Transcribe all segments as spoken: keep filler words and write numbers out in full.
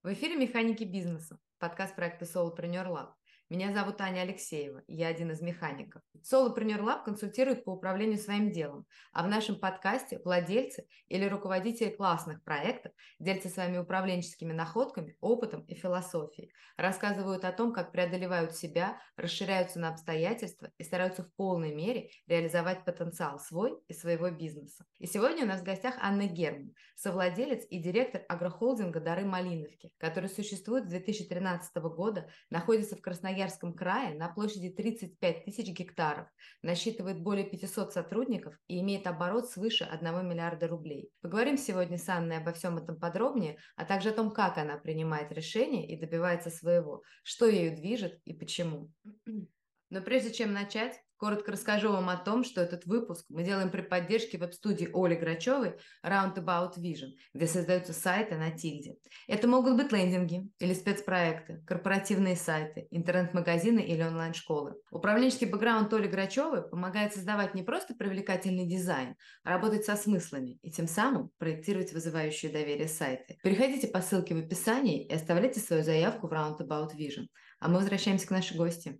В эфире «Механики бизнеса», подкаст проекта Solopreneur Lab. Меня зовут Аня Алексеева, я один из механиков. Solopreneur Lab консультирует по управлению своим делом, а в нашем подкасте владельцы или руководители классных проектов делятся своими управленческими находками, опытом и философией, рассказывают о том, как преодолевают себя, расширяются на обстоятельства и стараются в полной мере реализовать потенциал свой и своего бизнеса. И сегодня у нас в гостях Анна Герман, совладелец и директор агрохолдинга «Дары Малиновки», который существует с две тысячи тринадцатого года, находится в Красноярском крае на площади тридцать пять тысяч гектаров, насчитывает более пятисот сотрудников и имеет оборот свыше одного миллиарда рублей. Поговорим сегодня с Анной обо всем этом подробнее, а также о том, как она принимает решения и добивается своего, что ею движет и почему. Но прежде чем начать, коротко расскажу вам о том, что этот выпуск мы делаем при поддержке веб-студии Оли Грачевой Roundabout Vision, где создаются сайты на Тильде. Это могут быть лендинги или спецпроекты, корпоративные сайты, интернет-магазины или онлайн-школы. Управленческий бэкграунд Оли Грачевой помогает создавать не просто привлекательный дизайн, а работать со смыслами и тем самым проектировать вызывающие доверие сайты. Переходите по ссылке в описании и оставляйте свою заявку в Roundabout Vision. А мы возвращаемся к нашей гости.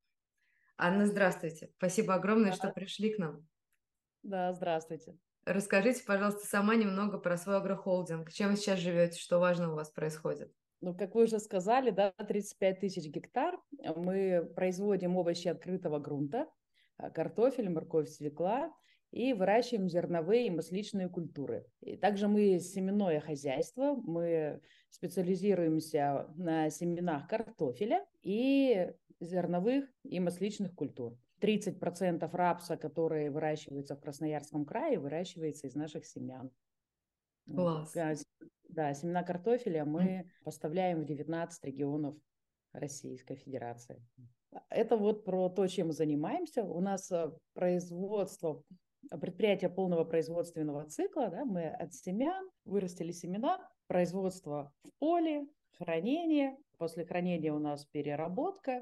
Анна, здравствуйте. Спасибо огромное, что Да, пришли к нам. да, здравствуйте. Расскажите, пожалуйста, сама немного про свой агрохолдинг. Чем вы сейчас живете, что важно у вас происходит? Ну, как вы уже сказали, да, тридцать пять тысяч гектар. Мы производим овощи открытого грунта, а, картофель, морковь, свекла и выращиваем зерновые и масличные культуры. И также мы семенное хозяйство. Мы специализируемся на семенах картофеля и зерновых и масличных культур. тридцать процентов рапса, который выращивается в Красноярском крае, выращивается из наших семян. Вот. Класс. А, с- Да, семена картофеля мы поставляем в девятнадцать регионов Российской Федерации. Это вот про то, чем мы занимаемся. У нас а, производство, а, предприятие полного производственного цикла. Да, мы от семян вырастили семена, производство в поле, хранение. После хранения у нас переработка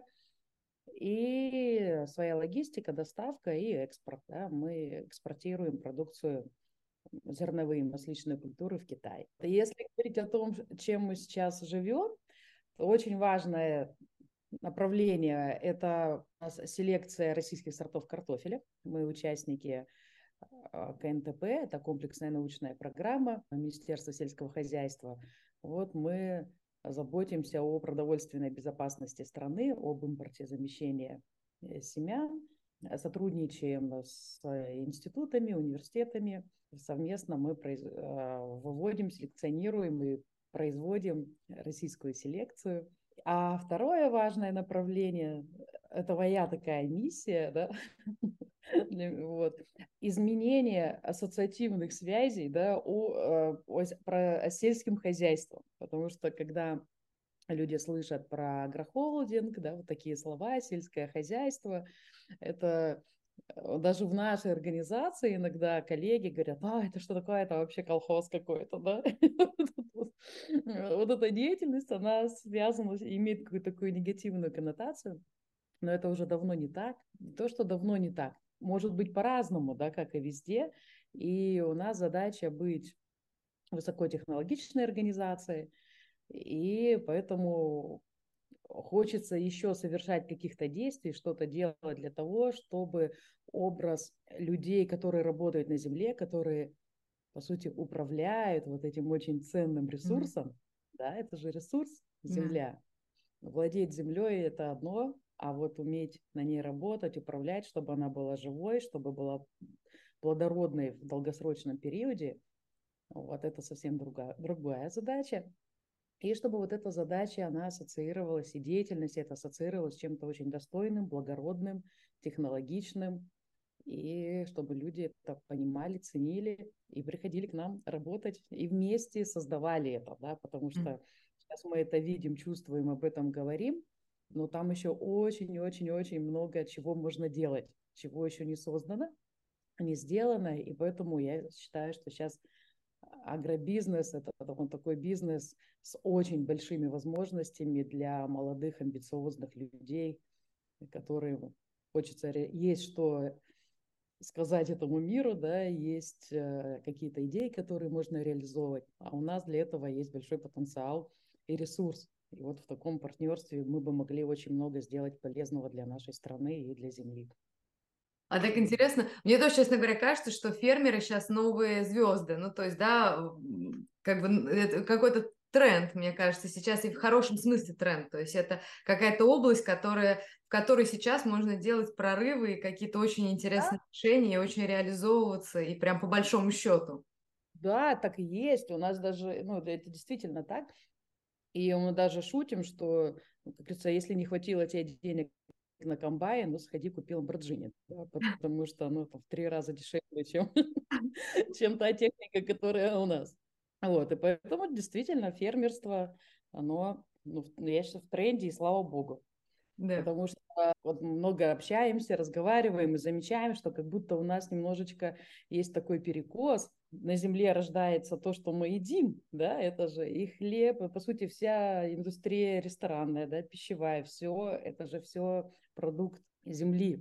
и своя логистика, доставка и экспорт. Да. Мы экспортируем продукцию зерновые и масличные культуры в Китай. Если говорить о том, чем мы сейчас живем, то очень важное направление – это у нас селекция российских сортов картофеля. Мы участники а, ка эн тэ пэ, это комплексная научная программа Министерства сельского хозяйства. Вот мы заботимся о продовольственной безопасности страны, об импорте замещения э, семян, сотрудничаем с институтами, университетами. Совместно мы произ... э, выводим, селекционируем и производим российскую селекцию. А второе важное направление – это моя такая миссия, да, вот, изменение ассоциативных связей, да, о, о, о, про, о сельском хозяйстве. Потому что когда люди слышат про агрохолдинг, да, вот такие слова, сельское хозяйство, это э, даже в нашей организации иногда коллеги говорят: а, это что такое, это вообще колхоз какой-то, да. Вот эта деятельность, она связана, имеет какую-то такую негативную коннотацию, но это уже давно не так. То, что давно не так, может быть по-разному, да, как и везде. И у нас задача быть высокотехнологичной организацией, и поэтому хочется еще совершать каких-то действий, что-то делать для того, чтобы образ людей, которые работают на земле, которые, по сути, управляют вот этим очень ценным Мгм. ресурсом, да, это же ресурс Да. земля. Владеть землей – это одно, а вот уметь на ней работать, управлять, чтобы она была живой, чтобы была плодородной в долгосрочном периоде, вот это совсем другая, другая задача. И чтобы вот эта задача, она ассоциировалась, и деятельность эта ассоциировалась с чем-то очень достойным, благородным, технологичным, и чтобы люди это понимали, ценили и приходили к нам работать, и вместе создавали это, да, потому Мгм. что сейчас мы это видим, чувствуем, об этом говорим, но там еще очень-очень-очень много чего можно делать, чего еще не создано, не сделано, и поэтому я считаю, что сейчас агробизнес – это он такой бизнес с очень большими возможностями для молодых, амбициозных людей, которым хочется, есть что сказать этому миру, да, есть э, какие-то идеи, которые можно реализовывать. А у нас для этого есть большой потенциал и ресурс. И вот в таком партнерстве мы бы могли очень много сделать полезного для нашей страны и для Земли. А так интересно, мне тоже, честно говоря, кажется, что фермеры сейчас новые звезды. Ну, то есть, да, как бы это какой-то тренд, мне кажется, сейчас и в хорошем смысле тренд. То есть это какая-то область, которая, в которой сейчас можно делать прорывы и какие-то очень интересные решения, и очень реализовываться, и прям по большому счету. Да, так и есть. У нас даже, ну, это действительно так. И мы даже шутим, что, ну, как говорится, если не хватило тебе денег на комбайн, ну, сходи, купи Lamborghini, да, потому что оно там в три раза дешевле, чем, чем та техника, которая у нас. Вот, и поэтому действительно фермерство, оно, ну, я считаю, в тренде, и слава богу. Да. Потому что вот много общаемся, разговариваем и замечаем, что как будто у нас немножечко есть такой перекос. На земле рождается то, что мы едим, да, это же и хлеб, и, по сути, вся индустрия ресторанная, да, пищевая, все, это же все продукт земли.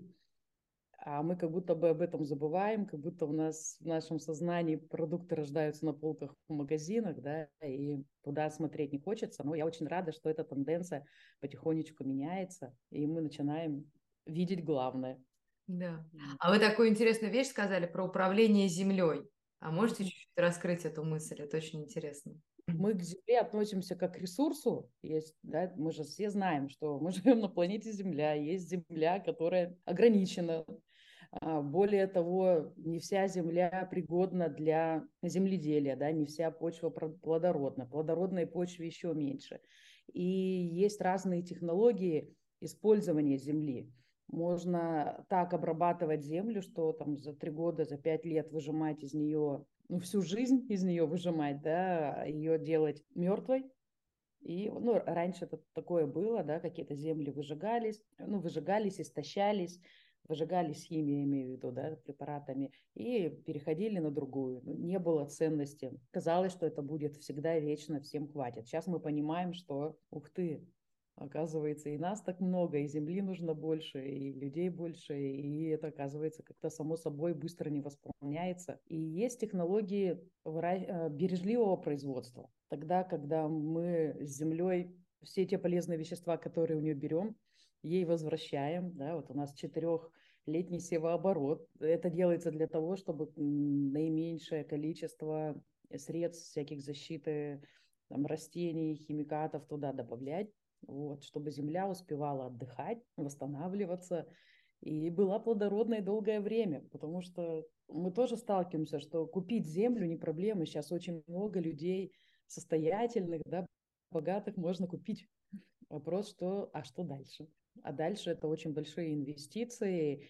А мы как будто бы об этом забываем, как будто у нас в нашем сознании продукты рождаются на полках в магазинах, да, и туда смотреть не хочется. Но я очень рада, что эта тенденция потихонечку меняется, и мы начинаем видеть главное. Да. А вы такую интересную вещь сказали про управление землей. А можете чуть-чуть раскрыть эту мысль? Это очень интересно. Мы к Земле относимся как к ресурсу. Есть, да, мы же все знаем, что мы живем на планете Земля. Есть Земля, которая ограничена. Более того, не вся земля пригодна для земледелия, да, не вся почва плодородна. Плодородной почвы еще меньше. И есть разные технологии использования земли. Можно так обрабатывать землю, что там за три года, за пять лет выжимать из нее, ну, всю жизнь из нее выжимать, да, ее делать мертвой. И, ну, раньше это такое было, да, какие-то земли выжигались, ну, выжигались, истощались, выжигались химией, имею в виду, да, препаратами, и переходили на другую. Не было ценности. Казалось, что это будет всегда вечно, всем хватит. Сейчас мы понимаем, что, ух ты, оказывается, и нас так много, и земли нужно больше, и людей больше, и это, оказывается, как-то само собой быстро не восполняется. И есть технологии бережливого производства. Тогда, когда мы с землей все те полезные вещества, которые у нее берем, ей возвращаем. Да, вот у нас четырехлетний севооборот. Это делается для того, чтобы наименьшее количество средств всяких защиты там, растений, химикатов туда добавлять, вот, чтобы земля успевала отдыхать, восстанавливаться и была плодородной долгое время, потому что мы тоже сталкиваемся, что купить землю не проблема. Сейчас очень много людей состоятельных, да, богатых можно купить. Вопрос, что, а что дальше? А дальше это очень большие инвестиции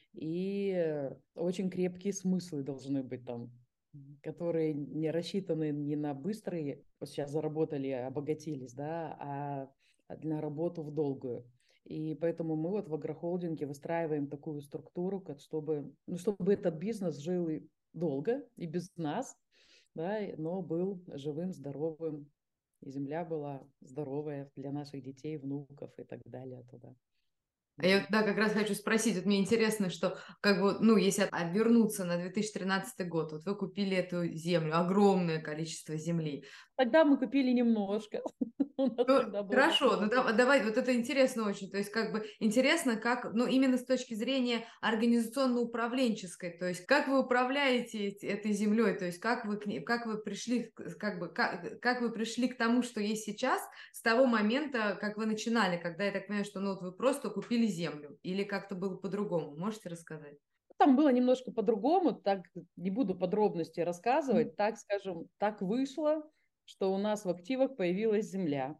и очень крепкие смыслы должны быть там, которые не рассчитаны не на быстрые, вот сейчас заработали, обогатились, да, а на работу в долгую. И поэтому мы вот в агрохолдинге выстраиваем такую структуру, как чтобы, ну, чтобы этот бизнес жил и долго и без нас, да, но был живым, здоровым, и земля была здоровая для наших детей, внуков и так далее туда. А я вот, да, как раз хочу спросить, вот мне интересно, что, как бы, ну, если обернуться на две тысячи тринадцатый год, вот вы купили эту землю, огромное количество земли. Тогда мы купили немножко. У нас Ну, тогда было хорошо, ну немного. да- давай, вот это интересно очень, то есть как бы интересно, как, ну именно с точки зрения организационно-управленческой, то есть как вы управляете эти- этой землей, то есть как вы, к ней- как вы пришли, к- как бы, как, как вы пришли к тому, что есть сейчас, с того момента, как вы начинали, когда, я так понимаю, что ну вот вы просто купили землю, или как-то было по-другому, можете рассказать? Там было немножко по-другому, так не буду подробности Мгм. рассказывать, так скажем, так вышло, что у нас в активах появилась земля.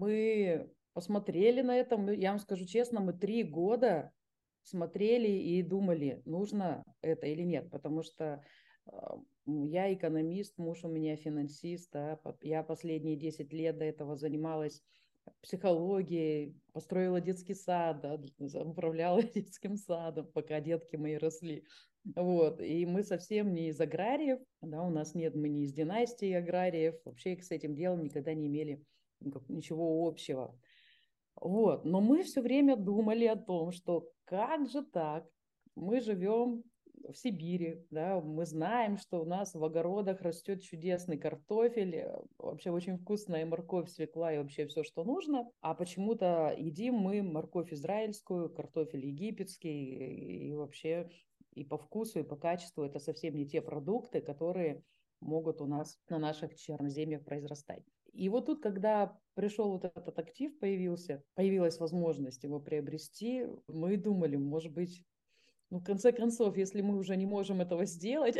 Мы посмотрели на это, мы, я вам скажу честно, мы три года смотрели и думали, нужно это или нет, потому что э, я экономист, муж у меня финансист, да, я последние десять лет до этого занималась психологией, построила детский сад, да, управляла детским садом, пока детки мои росли. Вот. И мы совсем не из аграриев, да, у нас нет, мы не из династии аграриев, вообще с этим делом никогда не имели ничего общего. Вот. Но мы все время думали о том, что как же так, мы живем в Сибири, да, мы знаем, что у нас в огородах растет чудесный картофель, вообще очень вкусная морковь, свекла и вообще все, что нужно, а почему-то едим мы морковь израильскую, картофель египетский, и вообще и по вкусу, и по качеству это совсем не те продукты, которые могут у нас на наших черноземьях произрастать. И вот тут, когда пришел вот этот актив, появился, появилась возможность его приобрести, мы думали, может быть, ну, в конце концов, если мы уже не можем этого сделать,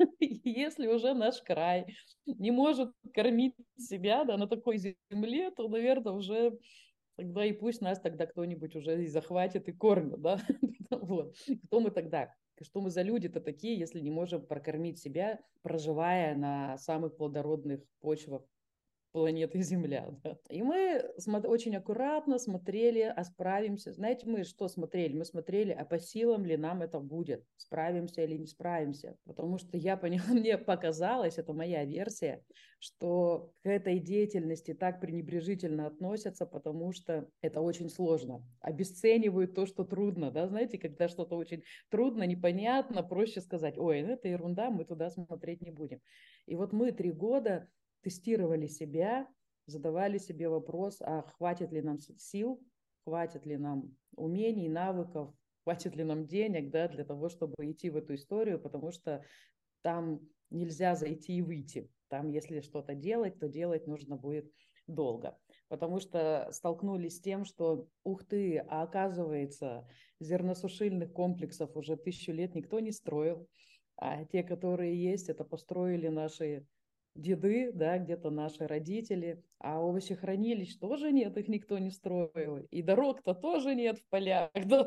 если уже наш край не может кормить себя, да, на такой земле, то, наверное, уже тогда и пусть нас тогда кто-нибудь уже и захватит и кормит, да, вот. Кто мы тогда? Что мы за люди-то такие, если не можем прокормить себя, проживая на самых плодородных почвах планеты Земля. Да. И мы очень аккуратно смотрели, а справимся. Знаете, мы что смотрели? Мы смотрели, а по силам ли нам это будет? Справимся или не справимся? Потому что я поняла, мне показалось, это моя версия, что к этой деятельности так пренебрежительно относятся, потому что это очень сложно. Обесценивают то, что трудно. Да? Знаете, когда что-то очень трудно, непонятно, проще сказать, ой, ну это ерунда, мы туда смотреть не будем. И вот мы три года тестировали себя, задавали себе вопрос, а хватит ли нам сил, хватит ли нам умений, навыков, хватит ли нам денег, да, для того, чтобы идти в эту историю, потому что там нельзя зайти и выйти. Там, если что-то делать, то делать нужно будет долго. Потому что столкнулись с тем, что, ух ты, а оказывается, зерносушильных комплексов уже тысячу лет никто не строил. А те, которые есть, это построили наши деды, да, где-то наши родители, а овощехранилищ тоже нет, их никто не строил, и дорог-то тоже нет в полях, да?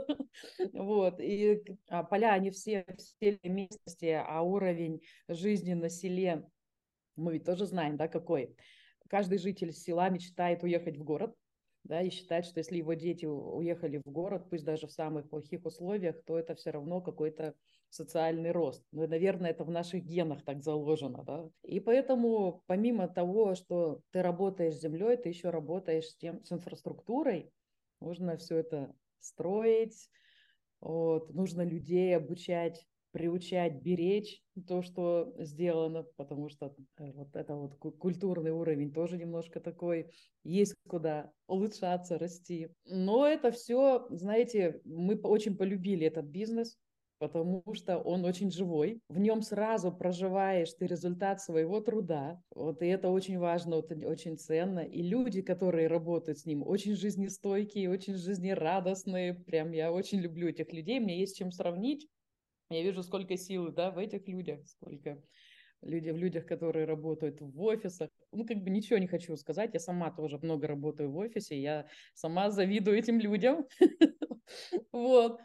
Вот, и а поля, они все в сельской местности, а уровень жизни на селе, мы ведь тоже знаем, да, какой. Каждый житель села мечтает уехать в город, да, и считает, что если его дети уехали в город, пусть даже в самых плохих условиях, то это все равно какой-то социальный рост. Ну, наверное, это в наших генах так заложено, да. И поэтому, помимо того, что ты работаешь с землей, ты еще работаешь с тем, с инфраструктурой. Нужно все это строить, вот, нужно людей обучать, приучать, беречь то, что сделано, потому что вот это вот культурный уровень тоже немножко такой, есть куда улучшаться, расти. Но это все, знаете, мы очень полюбили этот бизнес, потому что он очень живой. В нем сразу проживаешь ты результат своего труда. Вот, и это очень важно, вот, очень ценно. И люди, которые работают с ним, очень жизнестойкие, очень жизнерадостные. Прям я очень люблю этих людей. Мне есть чем сравнить. Я вижу, сколько силы, да, в этих людях, сколько люди, в людях, которые работают в офисах. Ну, как бы ничего не хочу сказать. Я сама тоже много работаю в офисе. Я сама завидую этим людям. Вот.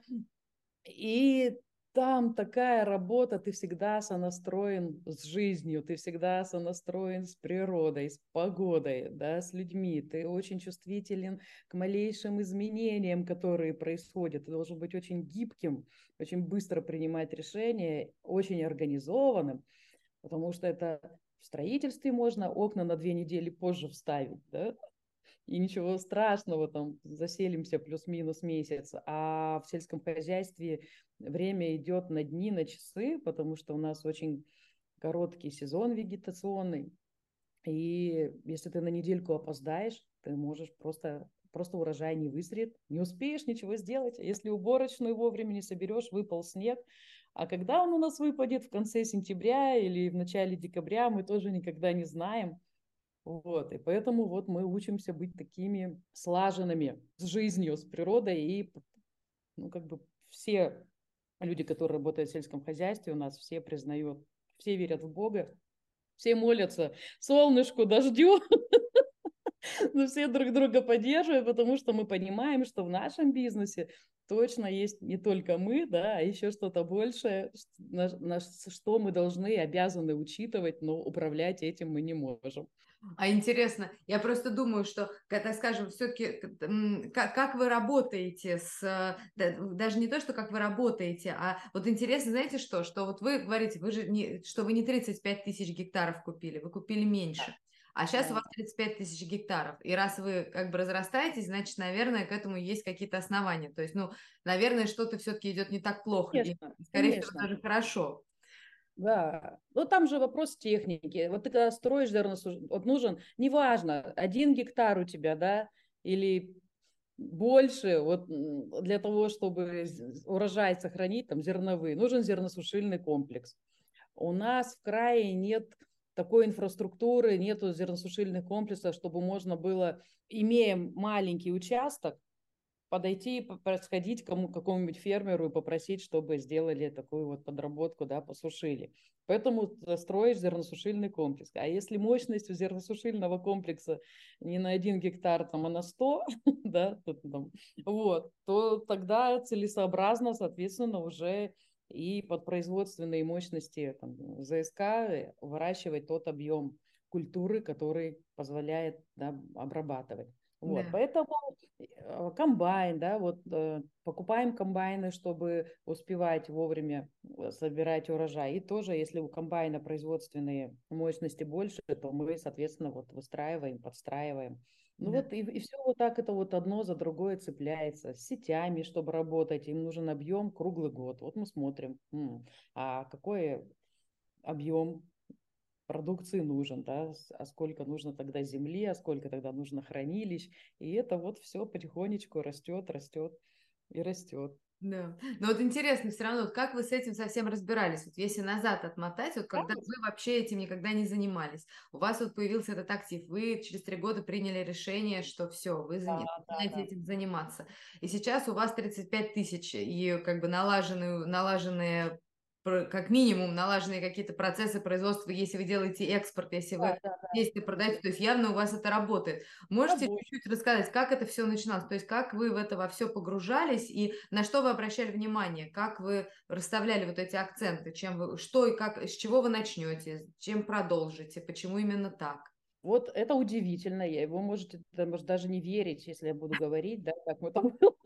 И там такая работа, ты всегда сонастроен с жизнью, ты всегда сонастроен с природой, с погодой, да, с людьми. Ты очень чувствителен к малейшим изменениям, которые происходят. Ты должен быть очень гибким, очень быстро принимать решения, очень организованным, потому что это в строительстве можно окна на две недели позже вставить, да? И ничего страшного, там, заселимся плюс-минус месяц. А в сельском хозяйстве время идет на дни, на часы, потому что у нас очень короткий сезон вегетационный. И если ты на недельку опоздаешь, ты можешь просто, просто урожай не выстрелит, не успеешь ничего сделать. Если уборочную вовремя не соберешь, выпал снег. А когда он у нас выпадет, в конце сентября или в начале декабря, мы тоже никогда не знаем. Вот, и поэтому вот мы учимся быть такими слаженными с жизнью, с природой, и ну, как бы все люди, которые работают в сельском хозяйстве, у нас все признают, все верят в Бога, все молятся солнышку, дождю, но все друг друга поддерживают, потому что мы понимаем, что в нашем бизнесе точно есть не только мы, да, а еще что-то большее, на, на что мы должны и обязаны учитывать, но управлять этим мы не можем. А интересно, я просто думаю, что, когда, скажем, все-таки, как, как вы работаете с, даже не то, что как вы работаете, а вот интересно, знаете что, что вот вы говорите, вы же не, что вы не тридцать пять тысяч гектаров купили, вы купили меньше. А сейчас у Да. вас тридцать пять тысяч гектаров. И раз вы как бы разрастаетесь, значит, наверное, к этому есть какие-то основания. То есть, ну, наверное, что-то все-таки идет не так плохо. И, Конечно, скорее всего, конечно. даже хорошо. Да, ну там же вопрос техники. Вот ты когда строишь зерносушитель, вот нужен, неважно, один гектар у тебя, да, или больше, вот для того, чтобы урожай сохранить, там зерновые, нужен зерносушильный комплекс. У нас в крае нет такой инфраструктуры, нету зерносушильных комплексов, чтобы можно было, имея маленький участок, подойти, сходить к кому, какому-нибудь фермеру и попросить, чтобы сделали такую вот подработку, да, посушили. Поэтому строишь зерносушильный комплекс. А если мощность у зерносушильного комплекса не на один гектар, там, а на сто, да, там, вот, то тогда целесообразно, соответственно, уже и под производственные мощности там, ЗСК выращивать тот объем культуры, который позволяет, да, обрабатывать. Вот, Да. поэтому э, комбайн, да, вот э, покупаем комбайны, чтобы успевать вовремя э, собирать урожай. И тоже, если у комбайна производственные мощности больше, то мы, соответственно, вот выстраиваем, подстраиваем. Ну Да. вот и, и все вот так это вот одно за другое цепляется. С сетями, чтобы работать, им нужен объем круглый год. Вот мы смотрим, м, а какой объем продукции нужен, да, а сколько нужно тогда земли, а сколько тогда нужно хранилищ. И это вот все потихонечку растет, растет и растет. Да. Но вот интересно все равно, вот как вы с этим совсем разбирались? Вот если назад отмотать, вот Да, когда вы вообще этим никогда не занимались, у вас вот появился этот актив, вы через три года приняли решение, что все, вы заня- да, начинаете да. этим заниматься. И сейчас у вас тридцать пять тысяч, и как бы налаженные, налаженные про- как минимум налаженные какие-то процессы производства, если вы делаете экспорт, если Да, вы да, да. здесь это продаете, то есть явно у вас это работает. Можете Рабочий. чуть-чуть рассказать, как это все начиналось? То есть как вы в это во все погружались и на что вы обращали внимание? Как вы расставляли вот эти акценты? Чем вы, что и как, с чего вы начнете? Чем продолжите? Почему именно так? Вот это удивительно, я его можете, да, может, даже не верить, если я буду говорить, да, как мы там было.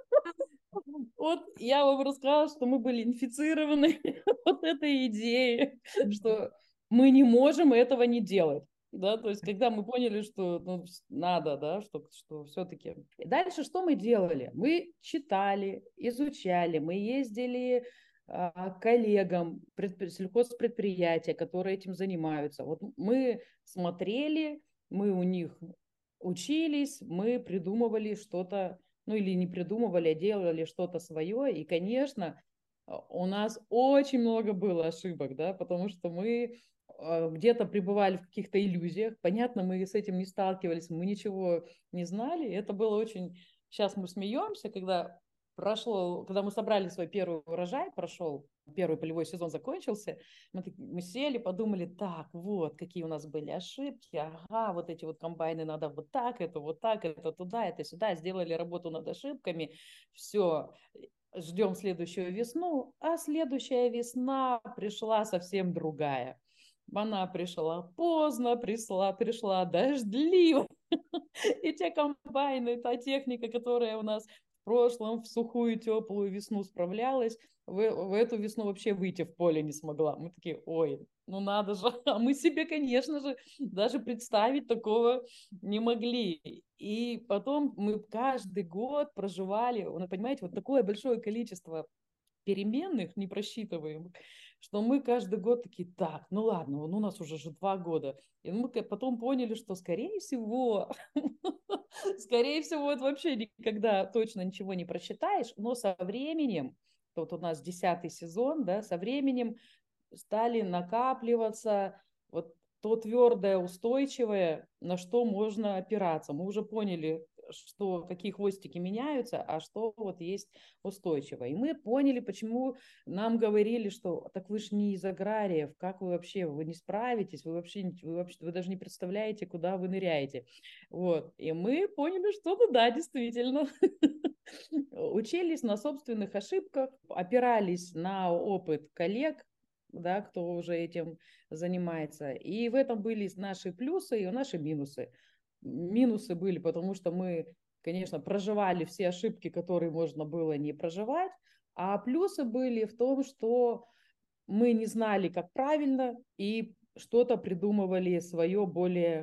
Вот я вам рассказала, что мы были инфицированы вот этой идеей, что мы не можем этого не делать. Да, то есть, когда мы поняли, что ну, надо, да, что, что все-таки. Дальше что мы делали? Мы читали, изучали, мы ездили а, к коллегам, предпри- сельхозпредприятия, которые этим занимаются. Вот мы смотрели, мы у них учились, мы придумывали что-то, ну или не придумывали, а делали что-то свое. И, конечно, у нас очень много было ошибок, да, потому что мы э, где-то пребывали в каких-то иллюзиях. Понятно, мы с этим не сталкивались, мы ничего не знали. Это было очень... Сейчас мы смеемся, когда прошло, когда мы собрали свой первый урожай, прошел, первый полевой сезон закончился, мы, мы сели, подумали, так, вот, какие у нас были ошибки, ага, вот эти вот комбайны надо вот так, это вот так, это туда, это сюда, сделали работу над ошибками, все, ждем следующую весну, а следующая весна пришла совсем другая. Она пришла поздно, пришла, пришла дождливо. И те комбайны, та техника, которая у нас в прошлом в сухую теплую весну справлялась, в, в эту весну вообще выйти в поле не смогла. Мы такие, ой, ну надо же. А мы себе, конечно же, даже представить такого не могли. И потом мы каждый год проживали, вы понимаете, вот такое большое количество переменных непросчитываемых, что мы каждый год такие, так, ну ладно, ну у нас уже же два года. И мы потом поняли, что скорее всего, скорее всего, это вообще никогда точно ничего не просчитаешь, но со временем, вот у нас десятый сезон, да, со временем стали накапливаться вот то твердое, устойчивое, на что можно опираться. Мы уже поняли, что какие хвостики меняются, а что вот есть устойчивое. И мы поняли, почему нам говорили, что так вы же не из аграриев, как вы вообще, вы не справитесь, вы вообще, вы вообще вы даже не представляете, куда вы ныряете. Вот. И мы поняли, что ну да, действительно. Учились на собственных ошибках, опирались на опыт коллег, да, кто уже этим занимается. И в этом были наши плюсы и наши минусы. Минусы были, потому что мы, конечно, проживали все ошибки, которые можно было не проживать, а плюсы были в том, что мы не знали, как правильно, и что-то придумывали свое более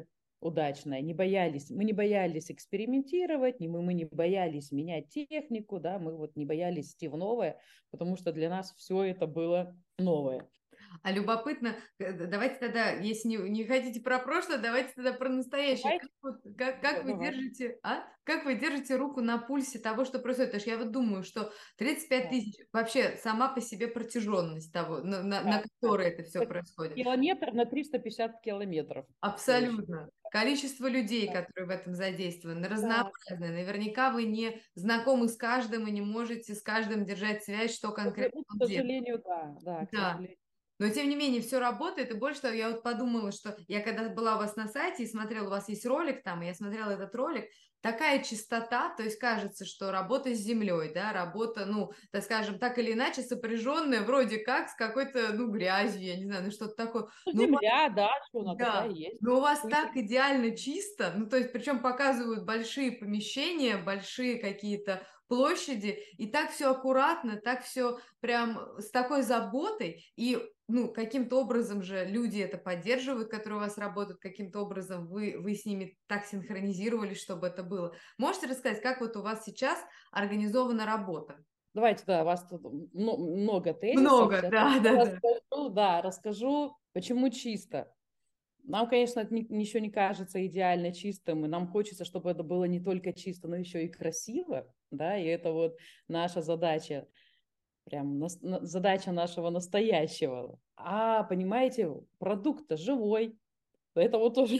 удачное, не боялись, мы не боялись экспериментировать, не, мы, мы не боялись менять технику, да, мы вот не боялись идти в новое, потому что для нас все это было новое. А любопытно, давайте тогда, если не, не хотите про прошлое, давайте тогда про настоящее. Как, вот, как, как вы держите, а? Как вы держите руку на пульсе того, что происходит? Потому что я вот думаю, что тридцать пять тысяч вообще сама по себе протяженность того, на, на, на которой это все происходит. Километр на триста пятьдесят километров. Абсолютно. Количество людей, да. которые в этом задействованы, разнообразное. Да. Наверняка вы не знакомы с каждым и не можете с каждым держать связь, что конкретно К сожалению, да. Да, к да. сожалению. Но, тем не менее, все работает. И больше того, я вот подумала, что я когда была у вас на сайте и смотрела, у вас есть ролик там, и я смотрела этот ролик, такая чистота, то есть кажется, что работа с землей, да, работа, ну, так скажем, так или иначе сопряженная вроде как с какой-то, ну, грязью, я не знаю, ну, что-то такое. Земля, ну, да, что она да, такая есть. но у вас Пусть... так идеально чисто, ну, то есть, причем показывают большие помещения, большие какие-то площади, и так все аккуратно, так все прям с такой заботой, и ну, каким-то образом же люди это поддерживают, которые у вас работают, каким-то образом вы, вы с ними так синхронизировались, чтобы это было. Можете рассказать, как вот у вас сейчас организована работа? Давайте, да, у вас тут много тезисов. Много, Сейчас да, да, расскажу, да. Да, расскажу, почему чисто. Нам, конечно, это ничего не кажется идеально чистым, и нам хочется, чтобы это было не только чисто, но еще и красиво, да, и это вот наша задача, прям на, на, задача нашего настоящего. А, понимаете, продукт-то живой, это вот тоже,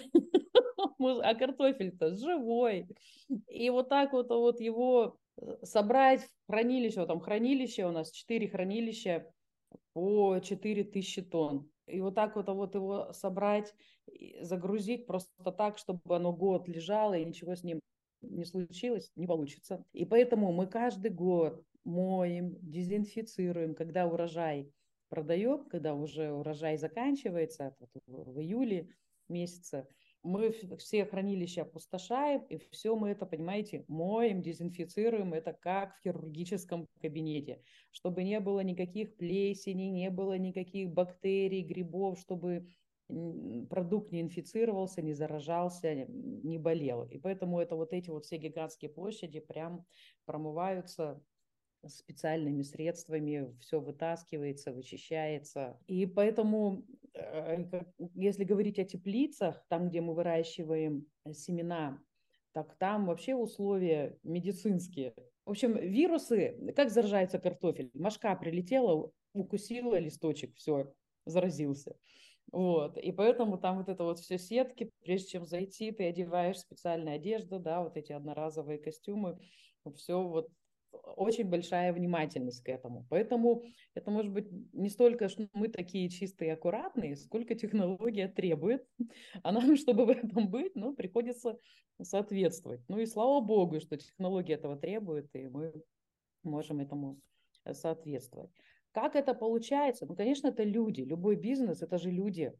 а картофель-то живой, и вот так вот, вот его собрать в хранилище, вот там хранилище у нас, четыре хранилища по четыре тысячи тонн. И вот так вот, вот его собрать, загрузить просто так, чтобы оно год лежало и ничего с ним не случилось, не получится. И поэтому мы каждый год моем, дезинфицируем, когда урожай продаем, когда уже урожай заканчивается, в июле месяце, мы все хранилища опустошаем, и все мы это, понимаете, моем, дезинфицируем, это как в хирургическом кабинете, чтобы не было никаких плесеней, не было никаких бактерий, грибов, чтобы продукт не инфицировался, не заражался, не болел. И поэтому это вот эти вот все гигантские площади прям промываются специальными средствами, все вытаскивается, вычищается. И поэтому, если говорить о теплицах, там, где мы выращиваем семена, так там вообще условия медицинские. В общем, вирусы, как заражается картофель? Мошка прилетела, укусила листочек, все, заразился. Вот, и поэтому там вот это вот все сетки, прежде чем зайти, ты одеваешь специальную одежду, да, вот эти одноразовые костюмы, все вот очень большая внимательность к этому. Поэтому это может быть не столько, что мы такие чистые и аккуратные, сколько технология требует. А нам, чтобы в этом быть, ну, приходится соответствовать. Ну и слава богу, что технология этого требует, и мы можем этому соответствовать. Как это получается? Ну, конечно, это люди. Любой бизнес – это же люди.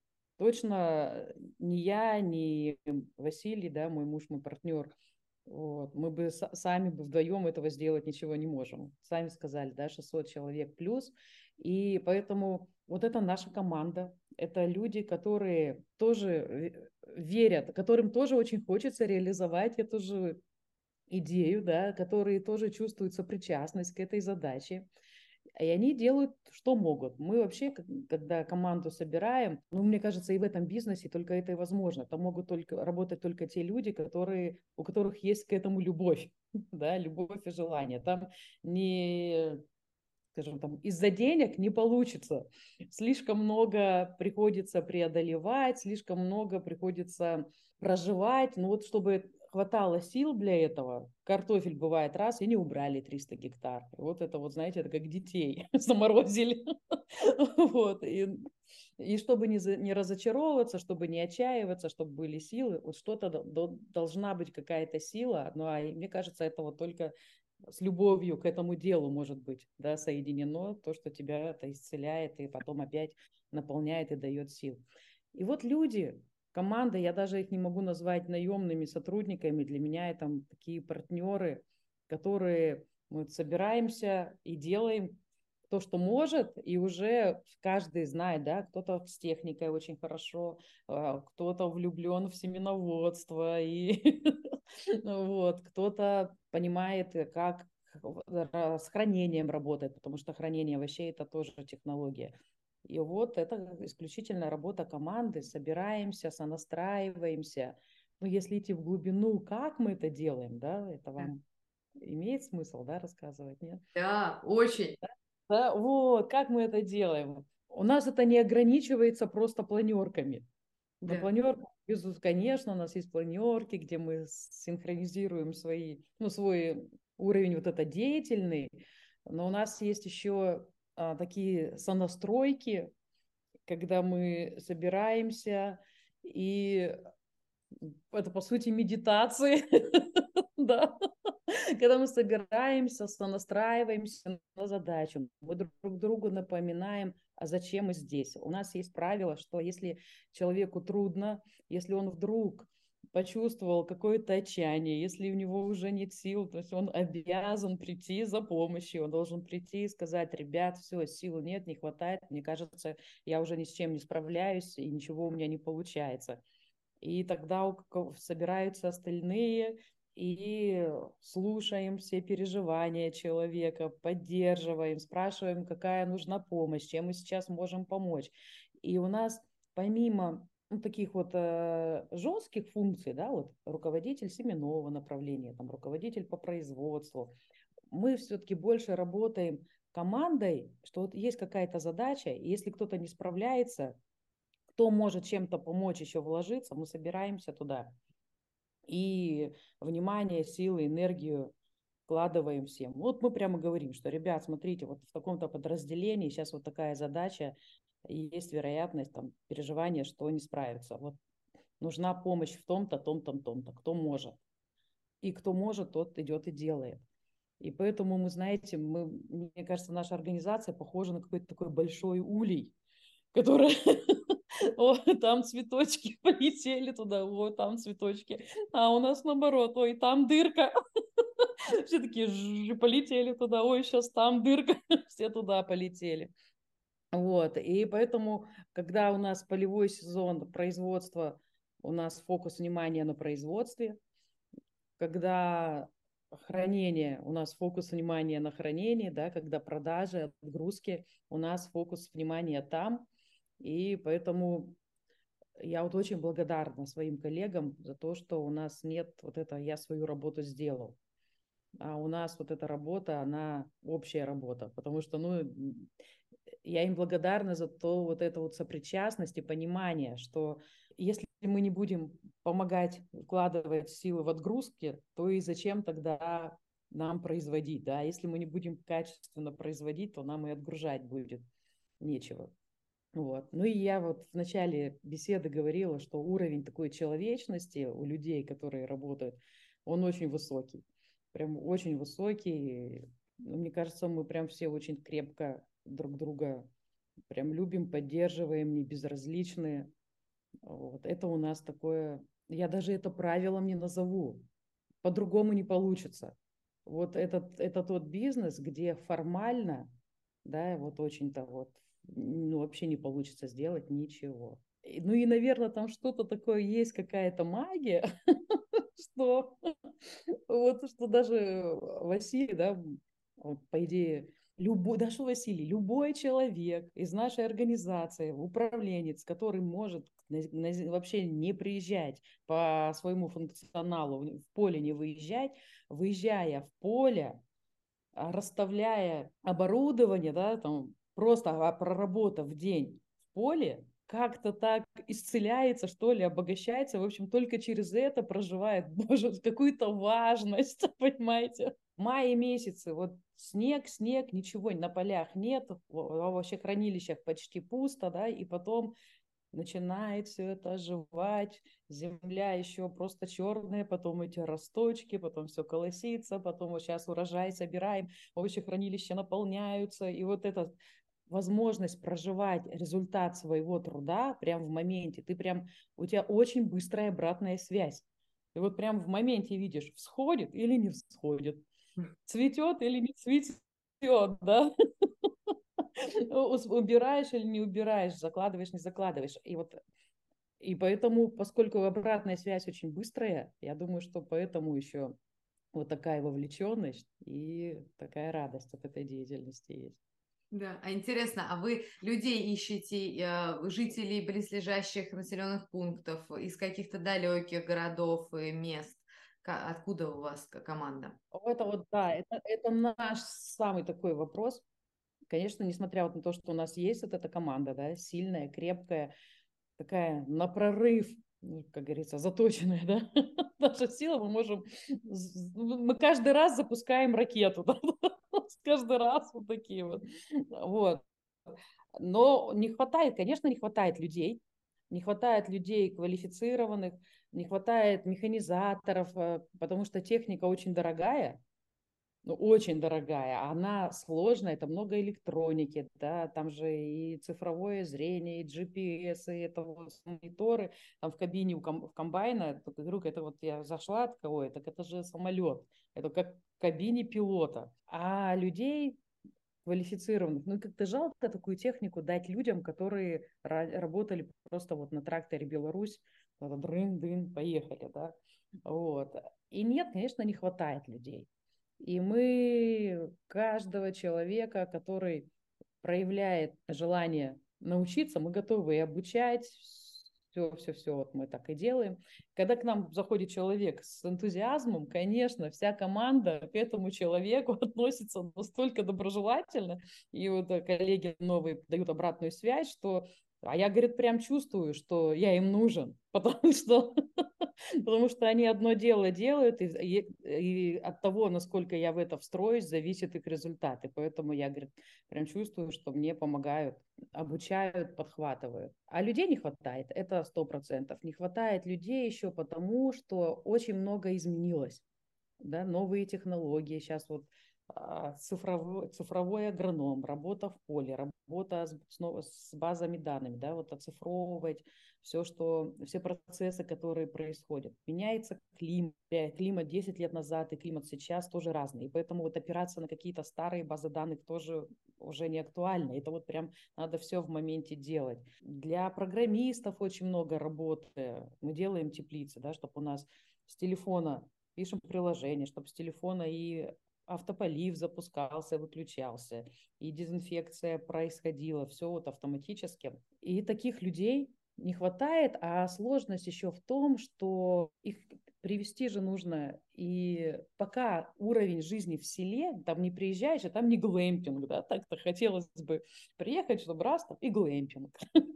Точно не я, не Василий, да, мой муж, мой партнер. Вот. Мы бы сами бы вдвоем этого сделать ничего не можем. Сами сказали, да, шестьсот человек плюс. И поэтому вот это наша команда. Это люди, которые тоже верят, которым тоже очень хочется реализовать эту же идею, да, которые тоже чувствуют сопричастность к этой задаче. И они делают, что могут. Мы вообще, когда команду собираем, ну, мне кажется, и в этом бизнесе только это и возможно. Там могут только работать только те люди, которые, у которых есть к этому любовь, да, любовь и желание. Там не, скажем, там из-за денег не получится. Слишком много приходится преодолевать, слишком много приходится проживать. Ну вот чтобы хватало сил для этого, картофель бывает раз, и не убрали триста гектар. Вот это вот, знаете, это как детей заморозили. Вот. И, и чтобы не, за, не разочаровываться, чтобы не отчаиваться, чтобы были силы, вот что-то до, должна быть какая-то сила. Ну, а мне кажется, это вот только с любовью к этому делу может быть, да, соединено то, что тебя это исцеляет и потом опять наполняет и дает сил. И вот люди, команда, я даже их не могу назвать наемными сотрудниками, для меня это такие партнеры, которые мы собираемся и делаем кто что может, и уже каждый знает, да, кто-то с техникой очень хорошо, кто-то влюблен в семеноводство, и вот, кто-то понимает, как с хранением работает, потому что хранение овощей это тоже технология. И вот это исключительно работа команды, собираемся, сонастраиваемся. Но если идти в глубину, как мы это делаем, да, это вам имеет смысл, да, рассказывать, нет? Да, очень. Да, вот, как мы это делаем? У нас это не ограничивается просто планерками. На Да. планерках, конечно, у нас есть планерки, где мы синхронизируем свои, ну, свой уровень вот это деятельный, но у нас есть еще а, такие сонастройки, когда мы собираемся, и это, по сути, медитации, да, когда мы собираемся, сонастраиваемся на задачу, мы друг другу напоминаем, а зачем мы здесь. У нас есть правило, что если человеку трудно, если он вдруг почувствовал какое-то отчаяние, если у него уже нет сил, то есть он обязан прийти за помощью, он должен прийти и сказать: ребят, все, сил нет, не хватает, мне кажется, я уже ни с чем не справляюсь, и ничего у меня не получается. И тогда собираются остальные, и слушаем все переживания человека, поддерживаем, спрашиваем, какая нужна помощь, чем мы сейчас можем помочь. И у нас помимо ну, таких вот э, жестких функций, да, вот руководитель семенного направления, там, руководитель по производству, мы все-таки больше работаем командой, что вот есть какая-то задача, и если кто-то не справляется, кто может чем-то помочь еще вложиться, мы собираемся туда. И внимание, силы, энергию вкладываем всем. Вот мы прямо говорим, что, ребят, смотрите, вот в таком-то подразделении сейчас вот такая задача, и есть вероятность там, переживания, что не справится. Вот нужна помощь в том-то, том-то, том-то. Кто может. И кто может, тот идет и делает. И поэтому мы, знаете, мы, мне кажется, наша организация похожа на какой-то такой большой улей, который о, там цветочки полетели туда, о, там цветочки, а у нас наоборот, ой, там дырка. Все такие полетели туда, ой, сейчас там дырка, все туда полетели. Вот, и поэтому, когда у нас полевой сезон производства, у нас фокус внимания на производстве, когда хранение, у нас фокус внимания на хранении, да, когда продажи, отгрузки, у нас фокус внимания там, и поэтому я вот очень благодарна своим коллегам за то, что у нас нет вот это «я свою работу сделал», а у нас вот эта работа, она общая работа, потому что, ну, я им благодарна за то вот это вот сопричастность и понимание, что если мы не будем помогать вкладывать силы в отгрузки, то и зачем тогда нам производить, да, если мы не будем качественно производить, то нам и отгружать будет нечего. Вот. Ну и я вот в начале беседы говорила, что уровень такой человечности у людей, которые работают, он очень высокий. Прям очень высокий. Мне кажется, мы прям все очень крепко друг друга прям любим, поддерживаем, не безразличны. Вот. Это у нас такое, я даже это правилом не назову. По-другому не получится. Вот этот, это тот бизнес, где формально, да, вот очень-то вот, ну, вообще не получится сделать ничего. Ну и, наверное, там что-то такое есть, какая-то магия, что вот что даже Василий, да, вот, по идее, любой, да что Василий, любой человек из нашей организации, управленец, который может на, на, вообще не приезжать по своему функционалу, в поле не выезжать, выезжая в поле, расставляя оборудование, да, там, просто проработав день в поле, как-то так исцеляется, что ли, обогащается. В общем, только через это проживает, боже, какую-то важность, понимаете? В мае месяце вот снег, снег, ничего на полях нет, в овощехранилищах почти пусто, да, и потом начинает все это оживать, земля еще просто черная, потом эти росточки, потом все колосится, потом вот сейчас урожай собираем, овощехранилища наполняются, и вот эта возможность проживать результат своего труда прямо в моменте, ты прям, у тебя очень быстрая обратная связь. Ты вот прям в моменте видишь, всходит или не всходит, цветет или не цветет. да? Убираешь или не убираешь, закладываешь, не закладываешь. И вот и поэтому, поскольку обратная связь очень быстрая, я думаю, что поэтому еще вот такая вовлеченность и такая радость от этой деятельности есть. Да, а интересно, а вы людей ищете, э, жителей близлежащих населенных пунктов, из каких-то далеких городов и мест? Ка- Откуда у вас к- команда? Это вот, да, это, это наш самый такой вопрос. Конечно, несмотря вот на то, что у нас есть вот эта команда, да, сильная, крепкая, такая на прорыв, ну, как говорится, заточенная, да, наша сила, мы можем, мы каждый раз запускаем ракету, да, каждый раз вот такие вот, вот. Но не хватает, конечно, не хватает людей, не хватает людей квалифицированных, не хватает механизаторов, э, потому что техника очень дорогая, ну, очень дорогая, она сложная, это много электроники, да, там же и цифровое зрение, и джи пи эс, и это вот мониторы, там в кабине у ком, в комбайна, вдруг это вот я зашла, такое, так это же самолет, это как в кабине пилота, а людей квалифицированных, ну, как-то жалко такую технику дать людям, которые работали просто вот на тракторе Беларусь, дрын-дын, поехали, да, вот. И нет, конечно, не хватает людей. И мы каждого человека, который проявляет желание научиться, мы готовы и обучать, все, все, все, вот мы так и делаем. Когда к нам заходит человек с энтузиазмом, конечно, вся команда к этому человеку относится настолько доброжелательно, и вот коллеги новые дают обратную связь, что а я, говорит, прям чувствую, что я им нужен, потому что, потому что они одно дело делают, и, и, и от того, насколько я в это встроюсь, зависит их результат. И поэтому я, говорит, прям чувствую, что мне помогают, обучают, подхватывают. А людей не хватает, это сто процентов. Не хватает людей еще потому, что очень много изменилось. Да, новые технологии, сейчас вот цифровой, цифровой агроном, работа в поле, работа с, снова с базами данными, да, вот оцифровывать все, что, все процессы, которые происходят. Меняется климат, климат десять лет назад и климат сейчас тоже разный, и поэтому вот опираться на какие-то старые базы данных тоже уже не актуально, это вот прям надо все в моменте делать. Для программистов очень много работы, мы делаем теплицы, да, чтобы у нас с телефона пишем приложение, чтобы с телефона и автополив запускался, выключался, и дезинфекция происходила, все вот автоматически. И таких людей не хватает, а сложность еще в том, что их привести же нужно, и пока уровень жизни в селе, там не приезжаешь, а там не глэмпинг, да, так-то хотелось бы приехать, чтобы раз, там и глэмпинг.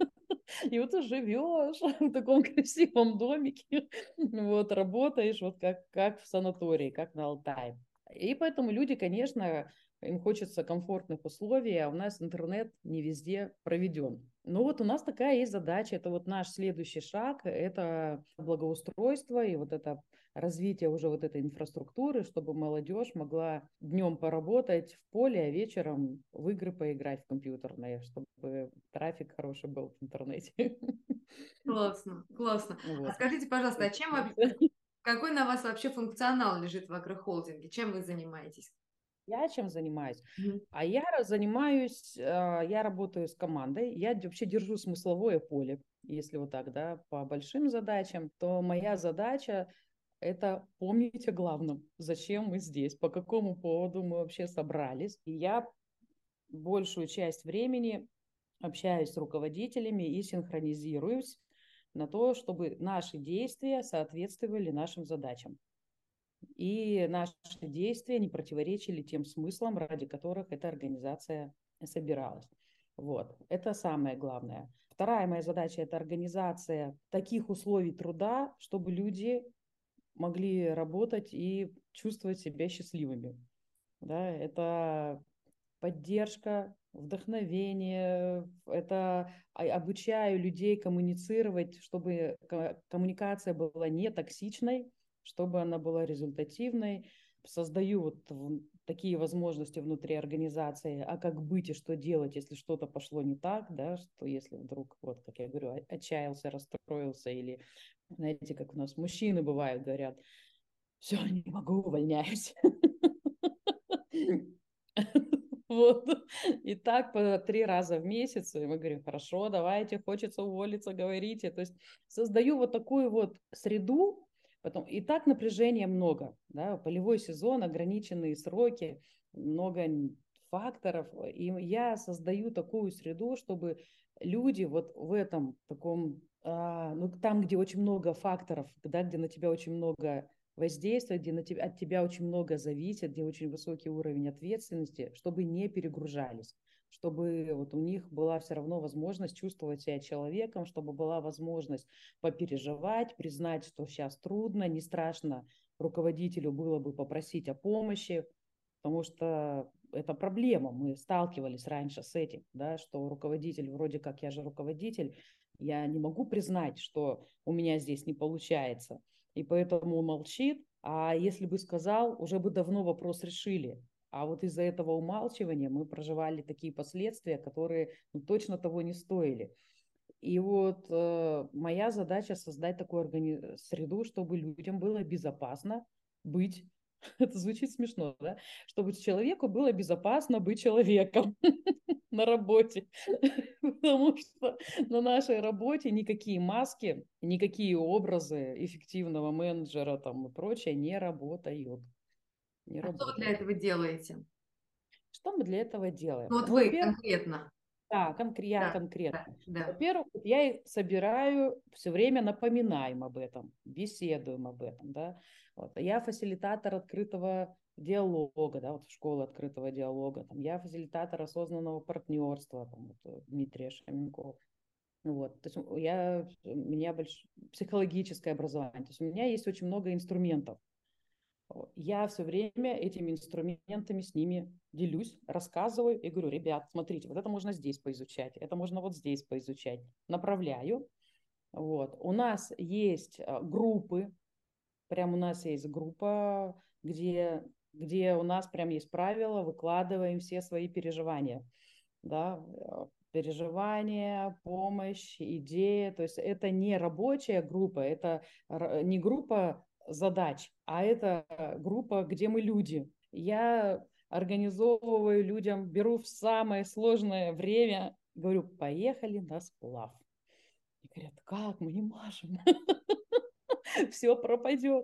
И вот ты живешь в таком красивом домике, вот, работаешь вот как, как в санатории, как на Алтае. И поэтому люди, конечно, им хочется комфортных условий, а у нас интернет не везде проведен. Но вот у нас такая есть задача, это вот наш следующий шаг, это благоустройство и вот это развитие уже вот этой инфраструктуры, чтобы молодежь могла днем поработать в поле, а вечером в игры поиграть в компьютерные, чтобы трафик хороший был в интернете. Классно, классно. А Вот. скажите, пожалуйста, а чем вообще, какой на вас вообще функционал лежит в агрохолдинге? Чем вы занимаетесь? Я чем занимаюсь? Мгм. А я занимаюсь, э, я работаю с командой, я вообще держу смысловое поле. Если вот так, да, по большим задачам, то моя задача это помнить о главном, зачем мы здесь, по какому поводу мы вообще собрались. И я большую часть времени общаюсь с руководителями и синхронизируюсь на то, чтобы наши действия соответствовали нашим задачам. И наши действия не противоречили тем смыслам, ради которых эта организация собиралась. Вот. Это самое главное. Вторая моя задача – это организация таких условий труда, чтобы люди могли работать и чувствовать себя счастливыми. Да, это поддержка, вдохновение, это обучаю людей коммуницировать, чтобы коммуникация была не токсичной, чтобы она была результативной. Создаю вот такие возможности внутри организации, а как быть и что делать, если что-то пошло не так, да, что если вдруг, вот как я говорю, отчаялся, расстроился, или, знаете, как у нас мужчины бывают, говорят, все, не могу, увольняюсь. Вот. И так по три раза в месяц. И мы говорим, хорошо, давайте, хочется уволиться, говорите. То есть создаю вот такую вот среду, потом и так напряжения много, да, полевой сезон, ограниченные сроки, много факторов. И я создаю такую среду, чтобы люди вот в этом таком, а, ну там, где очень много факторов, да, где на тебя очень много воздействия, где на тебя, от тебя очень много зависит, где очень высокий уровень ответственности, чтобы не перегружались, чтобы вот у них была все равно возможность чувствовать себя человеком, чтобы была возможность попереживать, признать, что сейчас трудно, не страшно руководителю было бы попросить о помощи, потому что это проблема. Мы сталкивались раньше с этим, да, что руководитель, вроде как я же руководитель, я не могу признать, что у меня здесь не получается, и поэтому молчит. А если бы сказал, уже бы давно вопрос решили. А вот из-за этого умалчивания мы проживали такие последствия, которые ну, точно того не стоили. И вот э, моя задача создать такую органи- среду, чтобы людям было безопасно быть. Это звучит смешно, да? Чтобы человеку было безопасно быть человеком на работе. Потому что на нашей работе никакие маски, никакие образы эффективного менеджера там и прочее не работают. Не А что вы для работают. этого делаете? Что мы для этого делаем? Ну, вот Ну, вы во-первых, конкретно. да, конкре- я Да, да, конкретно. да. Во-первых, вот я их собираю, все время напоминаем об этом, беседуем об этом, да. Вот. Я фасилитатор открытого диалога, да, вот в школе открытого диалога. Там, я фасилитатор осознанного партнерства, там, вот, э, Дмитрия Шаменкова. Вот. То есть у- я, у меня больш... психологическое образование. То есть у меня есть очень много инструментов. Я все время этими инструментами с ними делюсь, рассказываю и говорю, ребят, смотрите, вот это можно здесь поизучать, это можно вот здесь поизучать. Направляю. Вот. У нас есть а, группы, прям у нас есть группа, где, где у нас прям есть правила, выкладываем все свои переживания. Да, э, переживания, помощь, идеи. То есть это не рабочая группа, это р- не группа задач, а это группа, где мы люди. Я организовываю людям, беру в самое сложное время, говорю, поехали на сплав. И говорят, как мы не можем, все пропадет.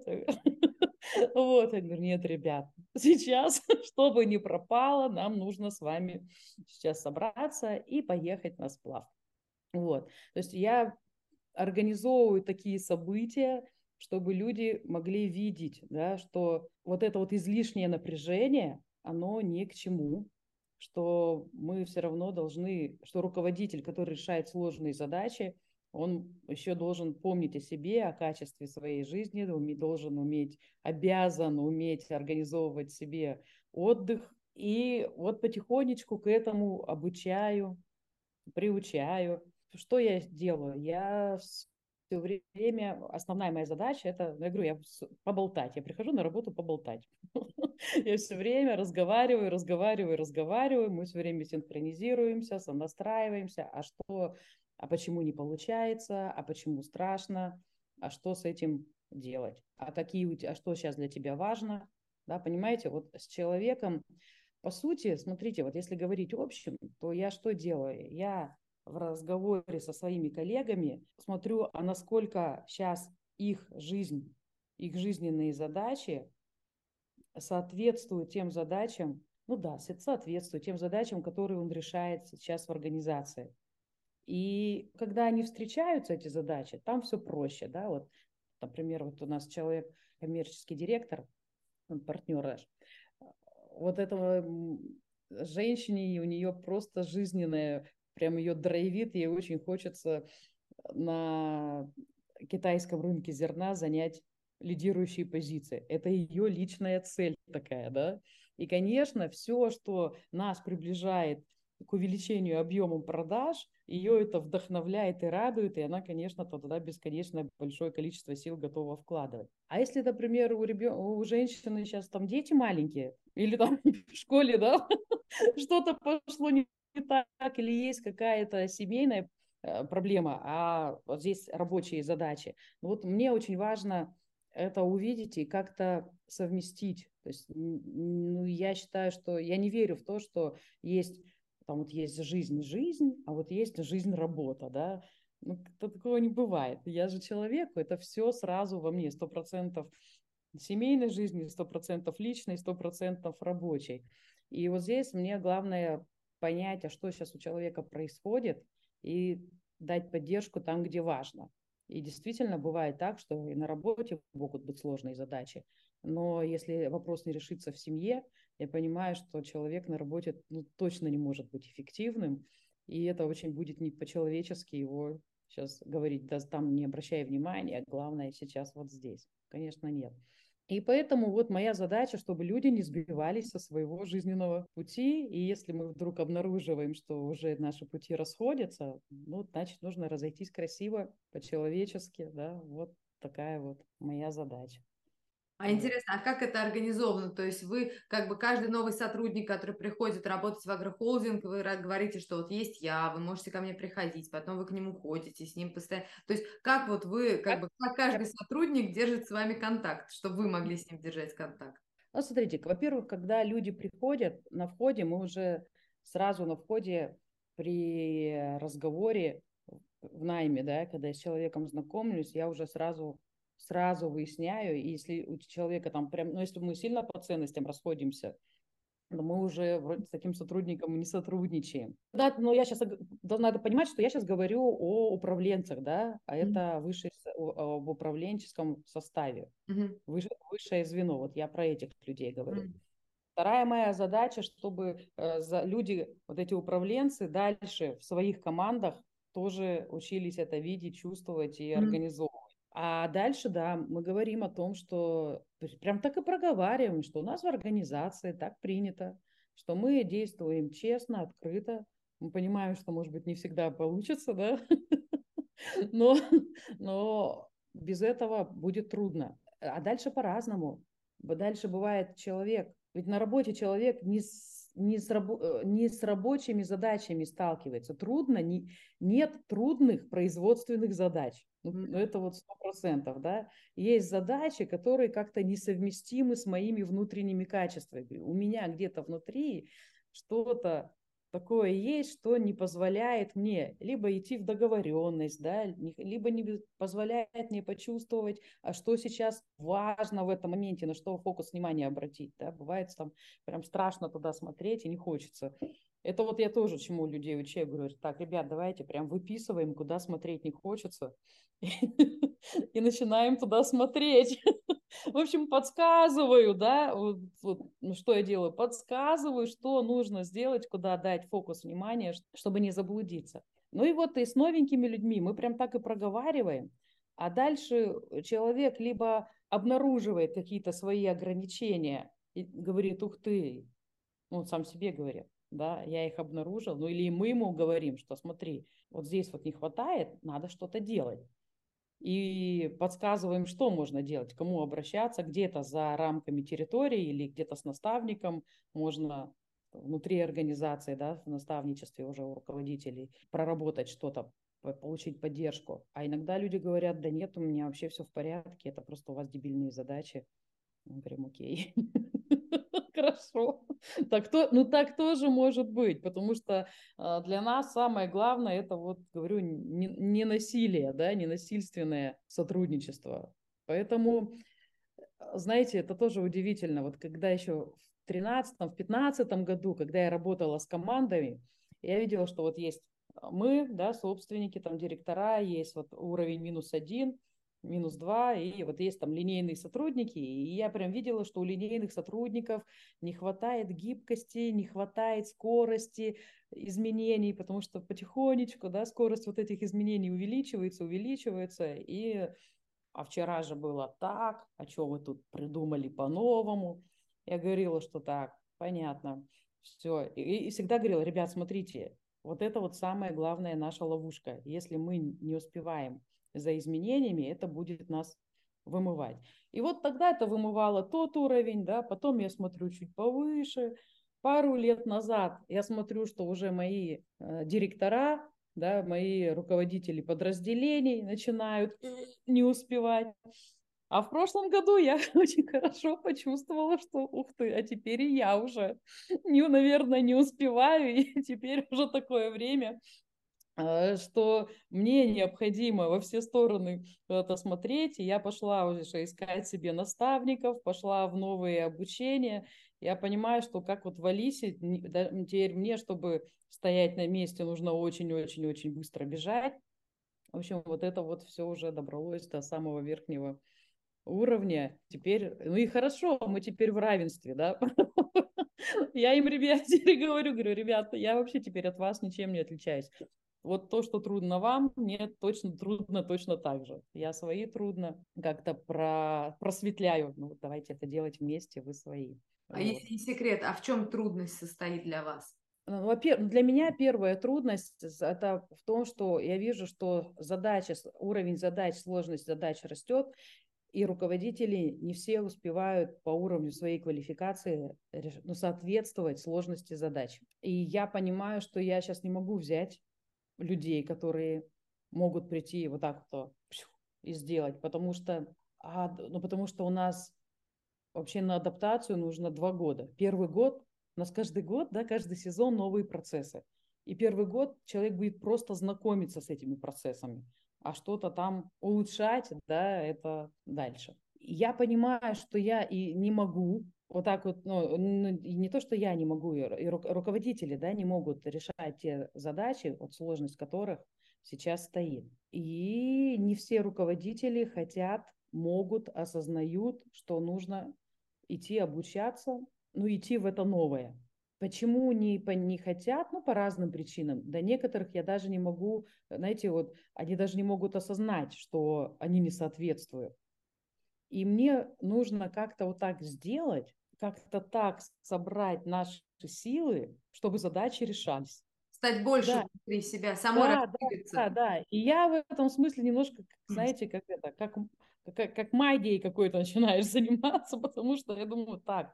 Вот, я говорю, нет, ребят, сейчас, чтобы не пропало, нам нужно с вами сейчас собраться и поехать на сплав. Вот, то есть я организовываю такие события, чтобы люди могли видеть, да, что вот это вот излишнее напряжение, оно ни к чему, что мы все равно должны, что руководитель, который решает сложные задачи, он еще должен помнить о себе, о качестве своей жизни, должен уметь, обязан уметь организовывать себе отдых. И вот потихонечку к этому обучаю, приучаю. Что я делаю? Я все время, основная моя задача, это, я говорю, я поболтать. Я прихожу на работу поболтать. Я все время разговариваю, разговариваю, разговариваю. Мы все время синхронизируемся, сонастраиваемся. А что, а почему не получается, а почему страшно, а что с этим делать, а какие у тебя, а что сейчас для тебя важно, да, понимаете, вот с человеком, по сути, смотрите, вот если говорить общем, то я что делаю? Я в разговоре со своими коллегами смотрю, а насколько сейчас их жизнь, их жизненные задачи соответствуют тем задачам, ну да, соответствуют тем задачам, которые он решает сейчас в организации. И когда они встречаются, эти задачи, там все проще, да, вот, например, вот у нас человек, коммерческий директор, он партнер наш, вот этого женщине, у нее просто жизненная, прям ее драйвит, ей очень хочется на китайском рынке зерна занять лидирующие позиции. Это ее личная цель такая, да. И, конечно, все, что нас приближает к увеличению объема продаж, ее это вдохновляет и радует, и она, конечно, туда бесконечно большое количество сил готова вкладывать. А если, например, у, ребен... у женщины сейчас там дети маленькие, или там в школе, да, что-то пошло не так, или есть какая-то семейная проблема, а вот здесь рабочие задачи. Вот мне очень важно это увидеть и как-то совместить. То есть, ну, я считаю, что я не верю в то, что есть, там вот есть жизнь-жизнь, а вот есть жизнь-работа, да. Ну, такого не бывает. Я же человек, это все сразу во мне, сто процентов семейной жизни, сто процентов личной, сто процентов рабочей. И вот здесь мне главное понять, а что сейчас у человека происходит, и дать поддержку там, где важно. И действительно бывает так, что и на работе могут быть сложные задачи, но если вопрос не решится в семье, я понимаю, что человек на работе, ну, точно не может быть эффективным, и это очень будет не по-человечески его сейчас говорить, да, там не обращая внимания, главное сейчас вот здесь. Конечно, нет. И поэтому вот моя задача, чтобы люди не сбивались со своего жизненного пути. И если мы вдруг обнаруживаем, что уже наши пути расходятся, ну, значит, нужно разойтись красиво, по-человечески, да, вот такая вот моя задача. А интересно, а как это организовано? То есть вы, как бы каждый новый сотрудник, который приходит работать в агрохолдинг, вы говорите, что вот есть я, вы можете ко мне приходить, потом вы к нему ходите, с ним постоянно. То есть как вот вы, как бы, как каждый сотрудник держит с вами контакт, чтобы вы могли с ним держать контакт? Ну, смотрите, во-первых, когда люди приходят, на входе мы уже сразу на входе при разговоре в найме, да, когда я с человеком знакомлюсь, я уже сразу сразу выясняю, и если у человека там прям, ну, если мы сильно по ценностям расходимся, но мы уже вроде с таким сотрудником не сотрудничаем. Да, но я сейчас надо понимать, что я сейчас говорю о управленцах, да, а это высший, об управленческом составе, Mm-hmm. выше, высшее звено. Вот я про этих людей говорю. Mm-hmm. Вторая моя задача, чтобы э, за, люди, вот эти управленцы, дальше в своих командах тоже учились это видеть, чувствовать и организовывать. А дальше, да, мы говорим о том, что прям так и проговариваем, что у нас в организации так принято, что мы действуем честно, открыто. Мы понимаем, что, может быть, не всегда получится, да, но, но без этого будет трудно. А дальше по-разному. Дальше бывает человек, ведь на работе человек не с, не с, рабо, не с рабочими задачами сталкивается. Трудно, не, нет трудных производственных задач. Ну, mm-hmm. Это вот сто процентов, да. Есть задачи, которые как-то несовместимы с моими внутренними качествами. У меня где-то внутри что-то такое есть, что не позволяет мне либо идти в договоренность, да, либо не позволяет мне почувствовать, а что сейчас важно в этом моменте, на что фокус внимания обратить. Да. Бывает там прям страшно туда смотреть и не хочется. Это вот я тоже чему людей учу, говорю, так, ребят, давайте прям выписываем, куда смотреть не хочется, и начинаем туда смотреть. В общем, подсказываю, да, вот, вот, ну, что я делаю, подсказываю, что нужно сделать, куда дать фокус внимания, чтобы не заблудиться. Ну и вот и с новенькими людьми мы прям так и проговариваем, а дальше человек либо обнаруживает какие-то свои ограничения и говорит, ух ты, ну, он сам себе говорит, да, я их обнаружил, ну или мы ему говорим, что смотри, вот здесь вот не хватает, надо что-то делать. И подсказываем, что можно делать, кому обращаться, где-то за рамками территории или где-то с наставником, можно внутри организации, да, в наставничестве уже у руководителей проработать что-то, получить поддержку. А иногда люди говорят, да нет, у меня вообще все в порядке, это просто у вас дебильные задачи. Мы говорим, окей, хорошо. Так то, ну так тоже может быть, потому что э, для нас самое главное это вот, говорю, не, не насилие, да, не насильственное сотрудничество. Поэтому, знаете, это тоже удивительно. Вот когда еще в тринадцатом, в пятнадцатом году, когда я работала с командами, я видела, что вот есть мы, да, собственники, там директора, есть вот уровень минус один, минус два, и вот есть там линейные сотрудники, и я прям видела, что у линейных сотрудников не хватает гибкости, не хватает скорости изменений, потому что потихонечку, да, скорость вот этих изменений увеличивается, увеличивается, и а вчера же было так, а что вы тут придумали по-новому? Я говорила, что так, понятно, все, и, и всегда говорила, ребят, смотрите, вот это вот самая главная наша ловушка, если мы не успеваем за изменениями, это будет нас вымывать. И вот тогда это вымывало тот уровень, да, потом я смотрю чуть повыше. Пару лет назад я смотрю, что уже мои э, директора, да, мои руководители подразделений начинают не успевать. А в прошлом году я очень хорошо почувствовала, что ух ты, а теперь и я уже, не, наверное, не успеваю, и теперь уже такое время, а, что мне необходимо во все стороны это смотреть. И я пошла уже искать себе наставников, пошла в новые обучения. Я понимаю, что как вот в Алисе, теперь мне, чтобы стоять на месте, нужно очень-очень-очень быстро бежать. В общем, вот это вот все уже добралось до самого верхнего уровня. Теперь, ну и хорошо, мы теперь в равенстве, да. Я им, ребят, говорю, говорю, ребята, я вообще теперь от вас ничем не отличаюсь. Вот то, что трудно вам, мне точно трудно точно так же. Я свои трудно как-то про, просветляю. Ну, вот давайте это делать вместе, вы свои. А Вот. если не секрет, а в чем трудность состоит для вас? Ну, во-первых, для меня первая трудность это в том, что я вижу, что задача, уровень задач, сложность задач растет, и руководители не все успевают по уровню своей квалификации ну, соответствовать сложности задач. И я понимаю, что я сейчас не могу взять людей, которые могут прийти вот так вот и сделать, потому что, а, ну, потому что у нас вообще на адаптацию нужно два года. Первый год, у нас каждый год, да, каждый сезон новые процессы. И первый год человек будет просто знакомиться с этими процессами, а что-то там улучшать, да, это дальше. Я понимаю, что я и не могу вот так вот, ну, не то, что я не могу, и руководители, да, не могут решать те задачи, вот сложность которых сейчас стоит. И не все руководители хотят, могут, осознают, что нужно идти обучаться, ну, идти в это новое. Почему не, не хотят? Ну, по разным причинам. До некоторых я даже не могу, знаете, вот они даже не могут осознать, что они не соответствуют. И мне нужно как-то вот так сделать, как-то так собрать наши силы, чтобы задачи решались. Стать больше Да, внутри себя, самой да, да, раскрыться. да, да. И я в этом смысле немножко, знаете, как это, как, как, как магией какой-то начинаешь заниматься, потому что я думаю, так,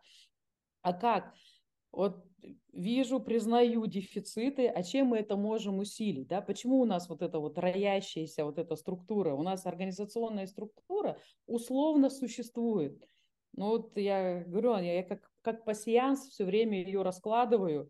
а как? Вот вижу, признаю дефициты, а чем мы это можем усилить? Да? Почему у нас вот эта вот роящаяся вот эта структура, у нас организационная структура условно существует. Ну вот я говорю, я как, как пассианс все время ее раскладываю,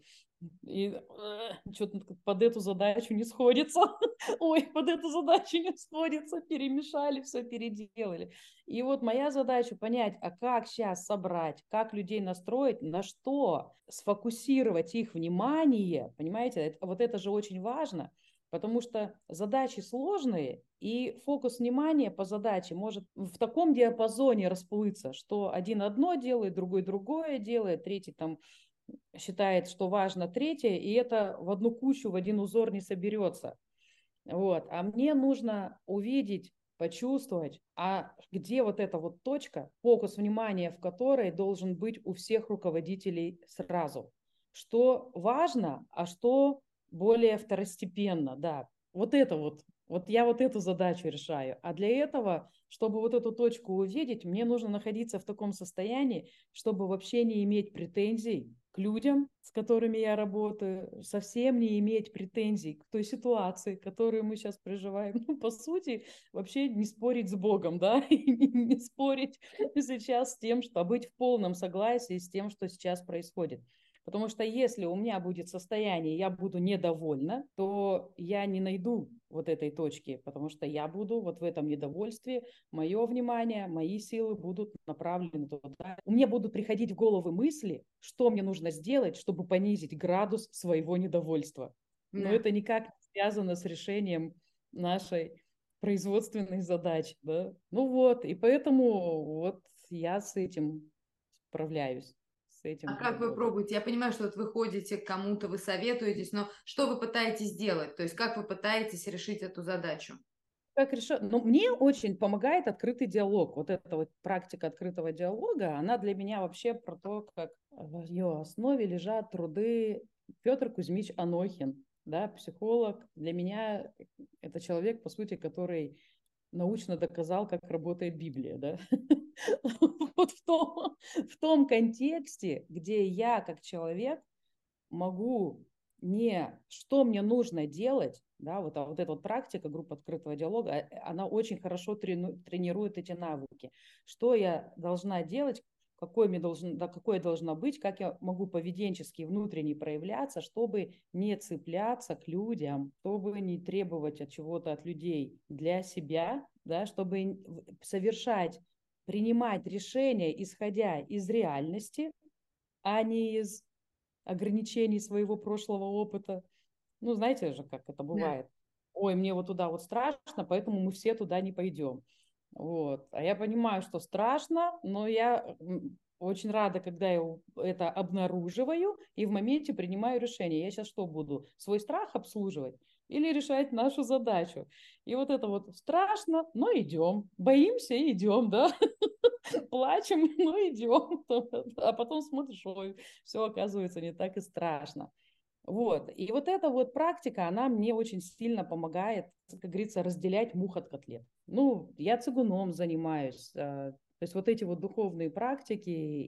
и э, что-то под эту задачу не сходится. Ой, под эту задачу не сходится, перемешали, все переделали. И вот моя задача понять, а как сейчас собрать, как людей настроить, на что сфокусировать их внимание, понимаете, это, вот это же очень важно, потому что задачи сложные, и фокус внимания по задаче может в таком диапазоне расплыться, что один одно делает, другой другое делает, третий там считает, что важно третье, и это в одну кучу, в один узор не соберется. Вот. А мне нужно увидеть, почувствовать, а где вот эта вот точка, фокус внимания в которой должен быть у всех руководителей сразу. Что важно, а что более второстепенно, да. Вот это вот, вот я вот эту задачу решаю. А для этого, чтобы вот эту точку увидеть, мне нужно находиться в таком состоянии, чтобы вообще не иметь претензий к людям, с которыми я работаю, совсем не иметь претензий к той ситуации, которую мы сейчас проживаем. Ну, по сути, вообще не спорить с Богом, да, и не спорить сейчас с тем, что быть в полном согласии с тем, что сейчас происходит. Потому что если у меня будет состояние, я буду недовольна, то я не найду вот этой точки, потому что я буду вот в этом недовольстве, мое внимание, мои силы будут направлены туда. У меня будут приходить в голову мысли, что мне нужно сделать, чтобы понизить градус своего недовольства. Но Да. это никак не связано с решением нашей производственной задачи. Да? Ну вот, и поэтому вот я с этим справляюсь. С А этим как вы работаю. пробуете? Я понимаю, что вот вы ходите к кому-то, вы советуетесь, но что вы пытаетесь сделать? То есть как вы пытаетесь решить эту задачу? Как решать? Ну, мне очень помогает открытый диалог. Вот эта вот практика открытого диалога, она для меня вообще про то, как в ее основе лежат труды Петр Кузьмич Анохин, да, психолог. Для меня это человек, по сути, который научно доказал, как работает Библия, да. Вот в том, в том контексте, где я как человек могу не что мне нужно делать, да, вот, а вот эта вот практика группы открытого диалога, она очень хорошо трену, тренирует эти навыки. Что я должна делать, какой, мне должен, да, какой я должна быть, как я могу поведенчески внутренне проявляться, чтобы не цепляться к людям, чтобы не требовать от чего-то от людей для себя, да, чтобы совершать, принимать решения, исходя из реальности, а не из ограничений своего прошлого опыта. Ну, знаете же, как это Да. бывает. Ой, мне вот туда вот страшно, поэтому мы все туда не пойдем. Вот. А я понимаю, что страшно, но я очень рада, когда я это обнаруживаю и в моменте принимаю решение. Я сейчас что буду? Свой страх обслуживать или решать нашу задачу? И вот это вот страшно, но идем. Боимся, идем, да? Плачем, но идем. А потом смотришь, ой, все оказывается не так и страшно. Вот. И вот эта вот практика, она мне очень сильно помогает, как говорится, разделять мух от котлет. Ну, я цигуном занимаюсь, э, то есть вот эти вот духовные практики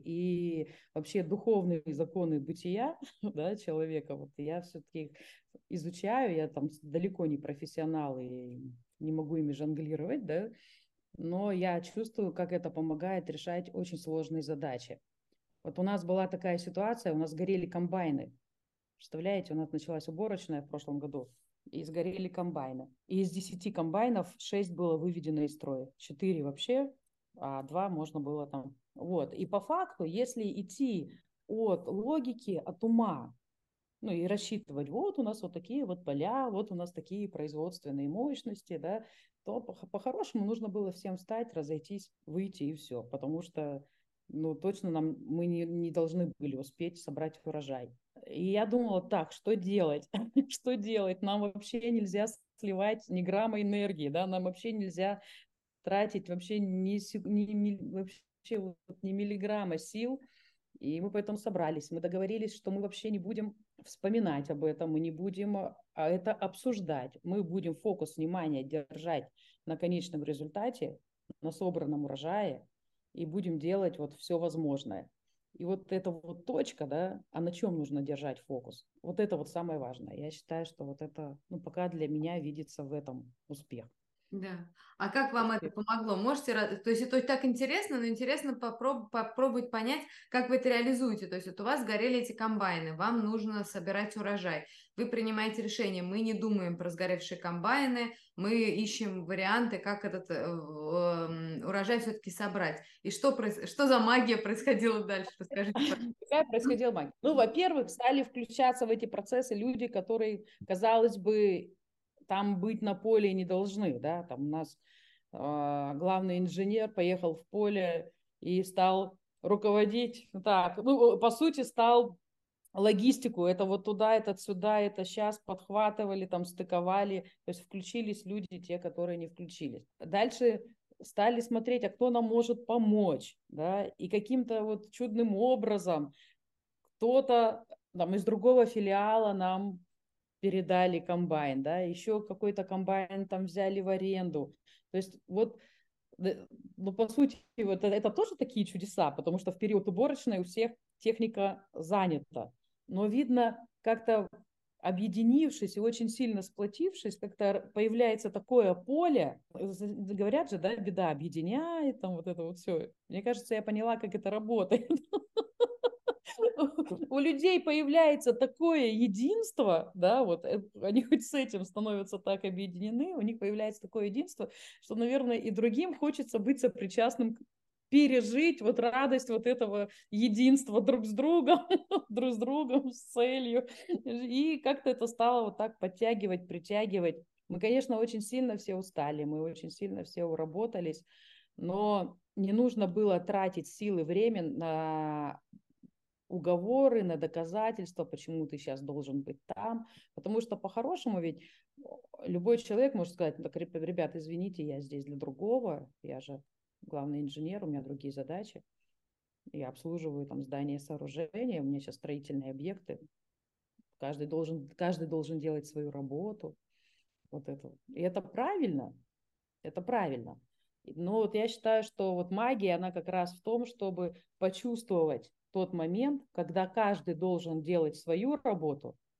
и вообще духовные законы бытия, да, человека, вот я все-таки их изучаю, я там далеко не профессионал и не могу ими жонглировать, да, но я чувствую, как это помогает решать очень сложные задачи. Вот у нас была такая ситуация, у нас горели комбайны. Представляете, у нас началась уборочная в прошлом году, и сгорели комбайны. И из десяти комбайнов шесть было выведено из строя. четыре вообще, а два можно было там. Вот. И по факту, если идти от логики, от ума, ну и рассчитывать, вот у нас вот такие вот поля, вот у нас такие производственные мощности, да, то по-хорошему нужно было всем встать, разойтись, выйти и все, потому что, ну, точно нам, мы не, не должны были успеть собрать урожай. И я думала, так, что делать? Что делать? Нам вообще нельзя сливать ни грамма энергии, да, нам вообще нельзя тратить вообще ни, ни, вообще вот ни миллиграмма сил. И мы поэтому собрались. Мы договорились, что мы вообще не будем вспоминать об этом, мы не будем а, это обсуждать. Мы будем фокус внимания держать на конечном результате, на собранном урожае, и будем делать вот все возможное. И вот эта вот точка, да, а на чем нужно держать фокус? Вот это вот самое важное. Я считаю, что вот это, ну, пока для меня видится в этом успех. Да. А как вам это Успех. помогло? Можете, ра- то есть это так интересно, но интересно попроб- попробовать понять, как вы это реализуете. То есть вот у вас горели эти комбайны, вам нужно собирать урожай. Вы принимаете решение, мы не думаем про сгоревшие комбайны, мы ищем варианты, как этот э, э, урожай все-таки собрать. И что, проис- что за магия происходила дальше? Расскажите, Какая пожалуйста. происходила магия? Ну, во-первых, стали включаться в эти процессы люди, которые, казалось бы, там быть на поле не должны, да, там у нас э, главный инженер поехал в поле и стал руководить, так, ну, по сути, стал логистику, это вот туда, это сюда, это сейчас подхватывали, там стыковали, то есть включились люди, те, которые не включились. Дальше стали смотреть, а кто нам может помочь, да, и каким-то вот чудным образом кто-то там из другого филиала нам передали комбайн, да, еще какой-то комбайн там взяли в аренду. То есть вот, ну, по сути, вот это, это тоже такие чудеса, потому что в период уборочной у всех техника занята. Но видно, как-то объединившись и очень сильно сплотившись, как-то появляется такое поле. Говорят же, да, беда объединяет, там вот это вот все. Мне кажется, я поняла, как это работает. У людей появляется такое единство, да, вот э, они хоть с этим становятся так объединены, у них появляется такое единство, что, наверное, и другим хочется быть сопричастным, пережить вот радость вот этого единства друг с другом, друг с другом, с целью. И как-то это стало вот так подтягивать, притягивать. Мы, конечно, очень сильно все устали, мы очень сильно все уработались, но не нужно было тратить силы, время на уговоры, на доказательства, почему ты сейчас должен быть там. Потому что по-хорошему ведь любой человек может сказать, так, ребят, извините, я здесь для другого, я же главный инженер, у меня другие задачи, я обслуживаю там здания, сооружения, у меня сейчас строительные объекты, каждый должен, каждый должен делать свою работу. Вот это. И это правильно, это правильно. Но вот я считаю, что вот магия, она как раз в том, чтобы почувствовать тот момент, когда каждый должен делать свою работу,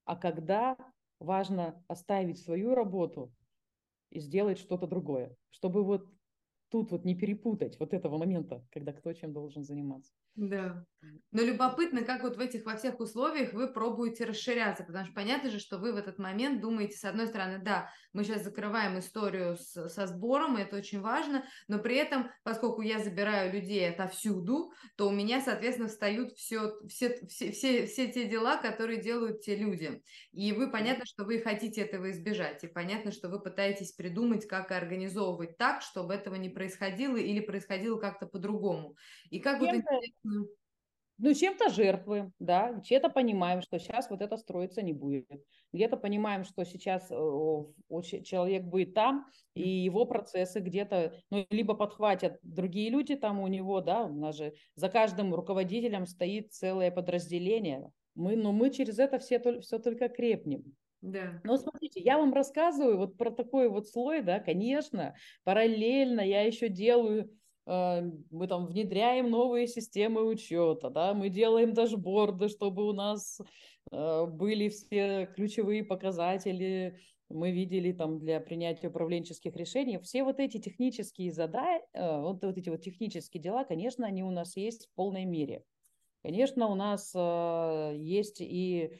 а когда важно оставить свою работу и сделать что-то другое, чтобы вот тут вот не перепутать вот этого момента, когда кто чем должен заниматься. Да. Но любопытно, как вот в этих во всех условиях вы пробуете расширяться, потому что понятно же, что вы в этот момент думаете, с одной стороны, да, мы сейчас закрываем историю с, со сбором, и это очень важно, но при этом, поскольку я забираю людей отовсюду, то у меня, соответственно, встают все, все, все, все, все те дела, которые делают те люди. И вы, понятно, что вы хотите этого избежать, и понятно, что вы пытаетесь придумать, как организовывать так, чтобы этого не происходило или происходило как-то по-другому. И как вот Чем-то, интересно... ну, чем-то жертвуем, да, где-то понимаем, что сейчас вот это строиться не будет, где-то понимаем, что сейчас э, о, человек будет там, и его процессы где-то, ну, либо подхватят другие люди там у него, да, у нас же за каждым руководителем стоит целое подразделение, мы, но мы через это все, все только крепнем. Да. Ну, смотрите, я вам рассказываю вот про такой вот слой, да, конечно, параллельно я еще делаю, э, мы там внедряем новые системы учета, да, мы делаем дашборды, чтобы у нас э, были все ключевые показатели, мы видели там для принятия управленческих решений. Все вот эти технические задачи, э, вот, вот эти вот технические дела, конечно, они у нас есть в полной мере. Конечно, у нас э, есть и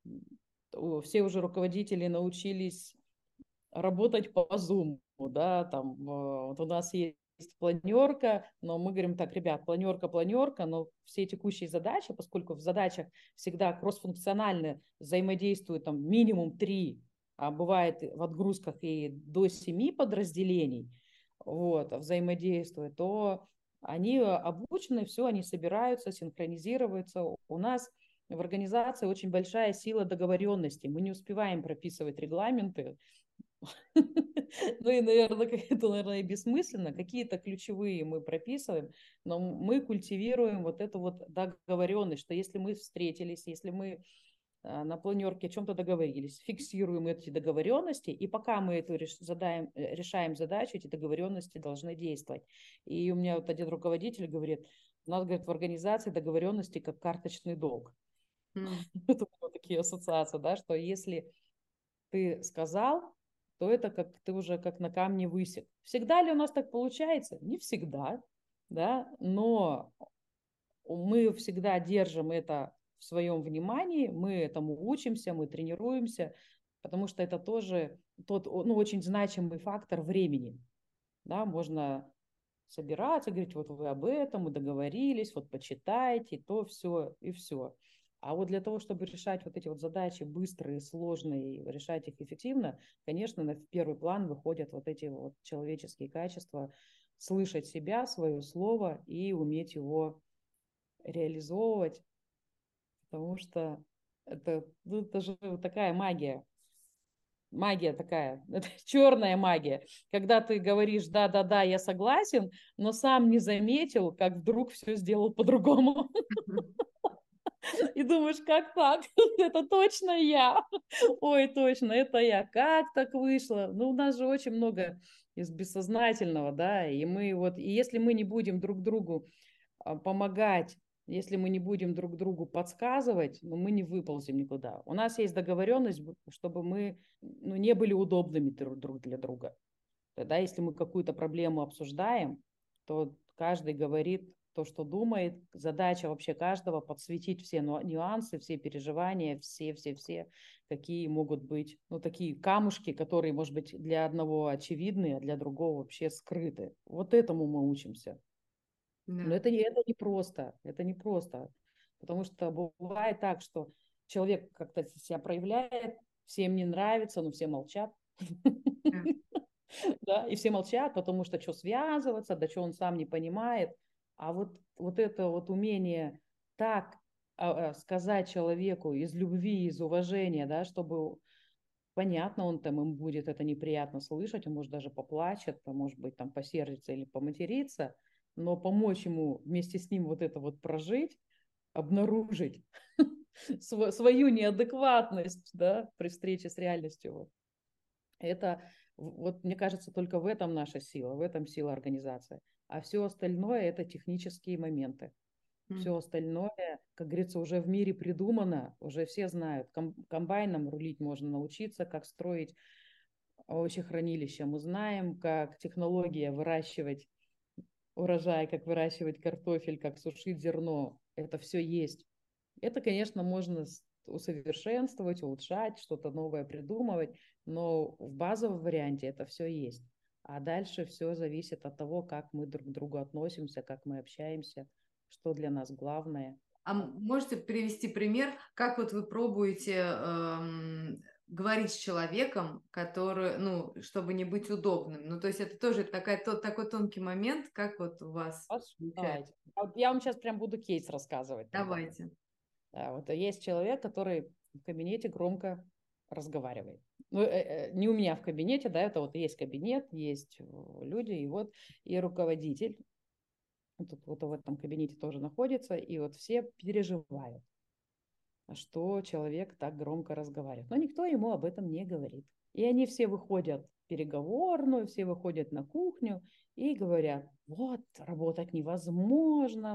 все уже руководители научились работать по Zoom, да, там вот у нас есть планерка, но мы говорим так, ребят, планерка, планерка, но все текущие задачи, поскольку в задачах всегда кроссфункционально взаимодействуют там минимум три, а бывает в отгрузках и до семи подразделений, вот, взаимодействуют, то они обучены, все, они собираются, синхронизируются. У нас в организации очень большая сила договоренности. Мы не успеваем прописывать регламенты. Ну и, наверное, это, наверное, и бессмысленно. Какие-то ключевые мы прописываем, но мы культивируем вот эту вот договоренность, что если мы встретились, если мы на планерке о чем-то договорились, фиксируем эти договоренности, и пока мы эту задаем, решаем задачу, эти договоренности должны действовать. И у меня вот один руководитель говорит, у нас, говорит, в организации договоренности как карточный долг. Mm. Это вот такие ассоциации, да, что если ты сказал, то это как ты уже как на камне высек. Всегда ли у нас так получается? Не всегда, да, но мы всегда держим это в своем внимании, мы этому учимся, мы тренируемся, потому что это тоже тот, ну, очень значимый фактор времени. Да, можно собираться, говорить, вот вы об этом, мы договорились, вот почитайте, то все и все. А вот для того, чтобы решать вот эти вот задачи быстрые, сложные, и решать их эффективно, конечно, на первый план выходят вот эти вот человеческие качества, слышать себя, свое слово и уметь его реализовывать, потому что это, ну, это же такая магия. Магия такая, это черная магия, когда ты говоришь да-да-да, я согласен, но сам не заметил, как вдруг все сделал по-другому. И думаешь, как так? Это точно я. Ой, точно, это я. Как так вышло? Ну, у нас же очень много из бессознательного, да, и мы вот, и если мы не будем друг другу помогать, если мы не будем друг другу подсказывать, ну, мы не выползем никуда. У нас есть договоренность, чтобы мы, ну, не были удобными друг для друга. Тогда, если мы какую-то проблему обсуждаем, то каждый говорит то, что думает. Задача вообще каждого подсветить все нюансы, все переживания, все-все-все, какие могут быть, ну, такие камушки, которые, может быть, для одного очевидны, а для другого вообще скрыты. Вот этому мы учимся. Да. Но это, это не просто, это не просто, потому что бывает так, что человек как-то себя проявляет, всем не нравится, но все молчат. Да. Да, и все молчат, потому что что связываться, да что он сам не понимает. А вот, вот это вот умение так а, сказать человеку из любви, из уважения, да, чтобы понятно, он там, им будет это неприятно слышать, он может даже поплачет, а может быть там посердится или поматерится, но помочь ему вместе с ним вот это вот прожить, обнаружить свою неадекватность, да, при встрече с реальностью. Это, вот мне кажется, только в этом наша сила, в этом сила организации. А все остальное – это технические моменты. Все остальное, как говорится, уже в мире придумано, уже все знают. Ком- комбайном рулить можно научиться, как строить овощехранилища. Мы знаем, как технология выращивать урожай, как выращивать картофель, как сушить зерно. Это все есть. Это, конечно, можно усовершенствовать, улучшать, что-то новое придумывать, но в базовом варианте это все есть. А дальше все зависит от того, как мы друг к другу относимся, как мы общаемся, что для нас главное. А можете привести пример, как вот вы пробуете эм, говорить с человеком, который, ну, чтобы не быть удобным? Ну, то есть это тоже такая, тот, такой тонкий момент, как вот у вас получается. Получайте. А вот я вам сейчас прям буду кейс рассказывать тогда. Давайте. Да, вот есть человек, который в кабинете громко разговаривает. Ну, э, э, не у меня в кабинете, да, это вот есть кабинет, есть люди, и вот и руководитель тут вот в этом кабинете тоже находится, и вот все переживают, что человек так громко разговаривает. Но никто ему об этом не говорит. И они все выходят в переговорную, все выходят на кухню и говорят, вот, работать невозможно.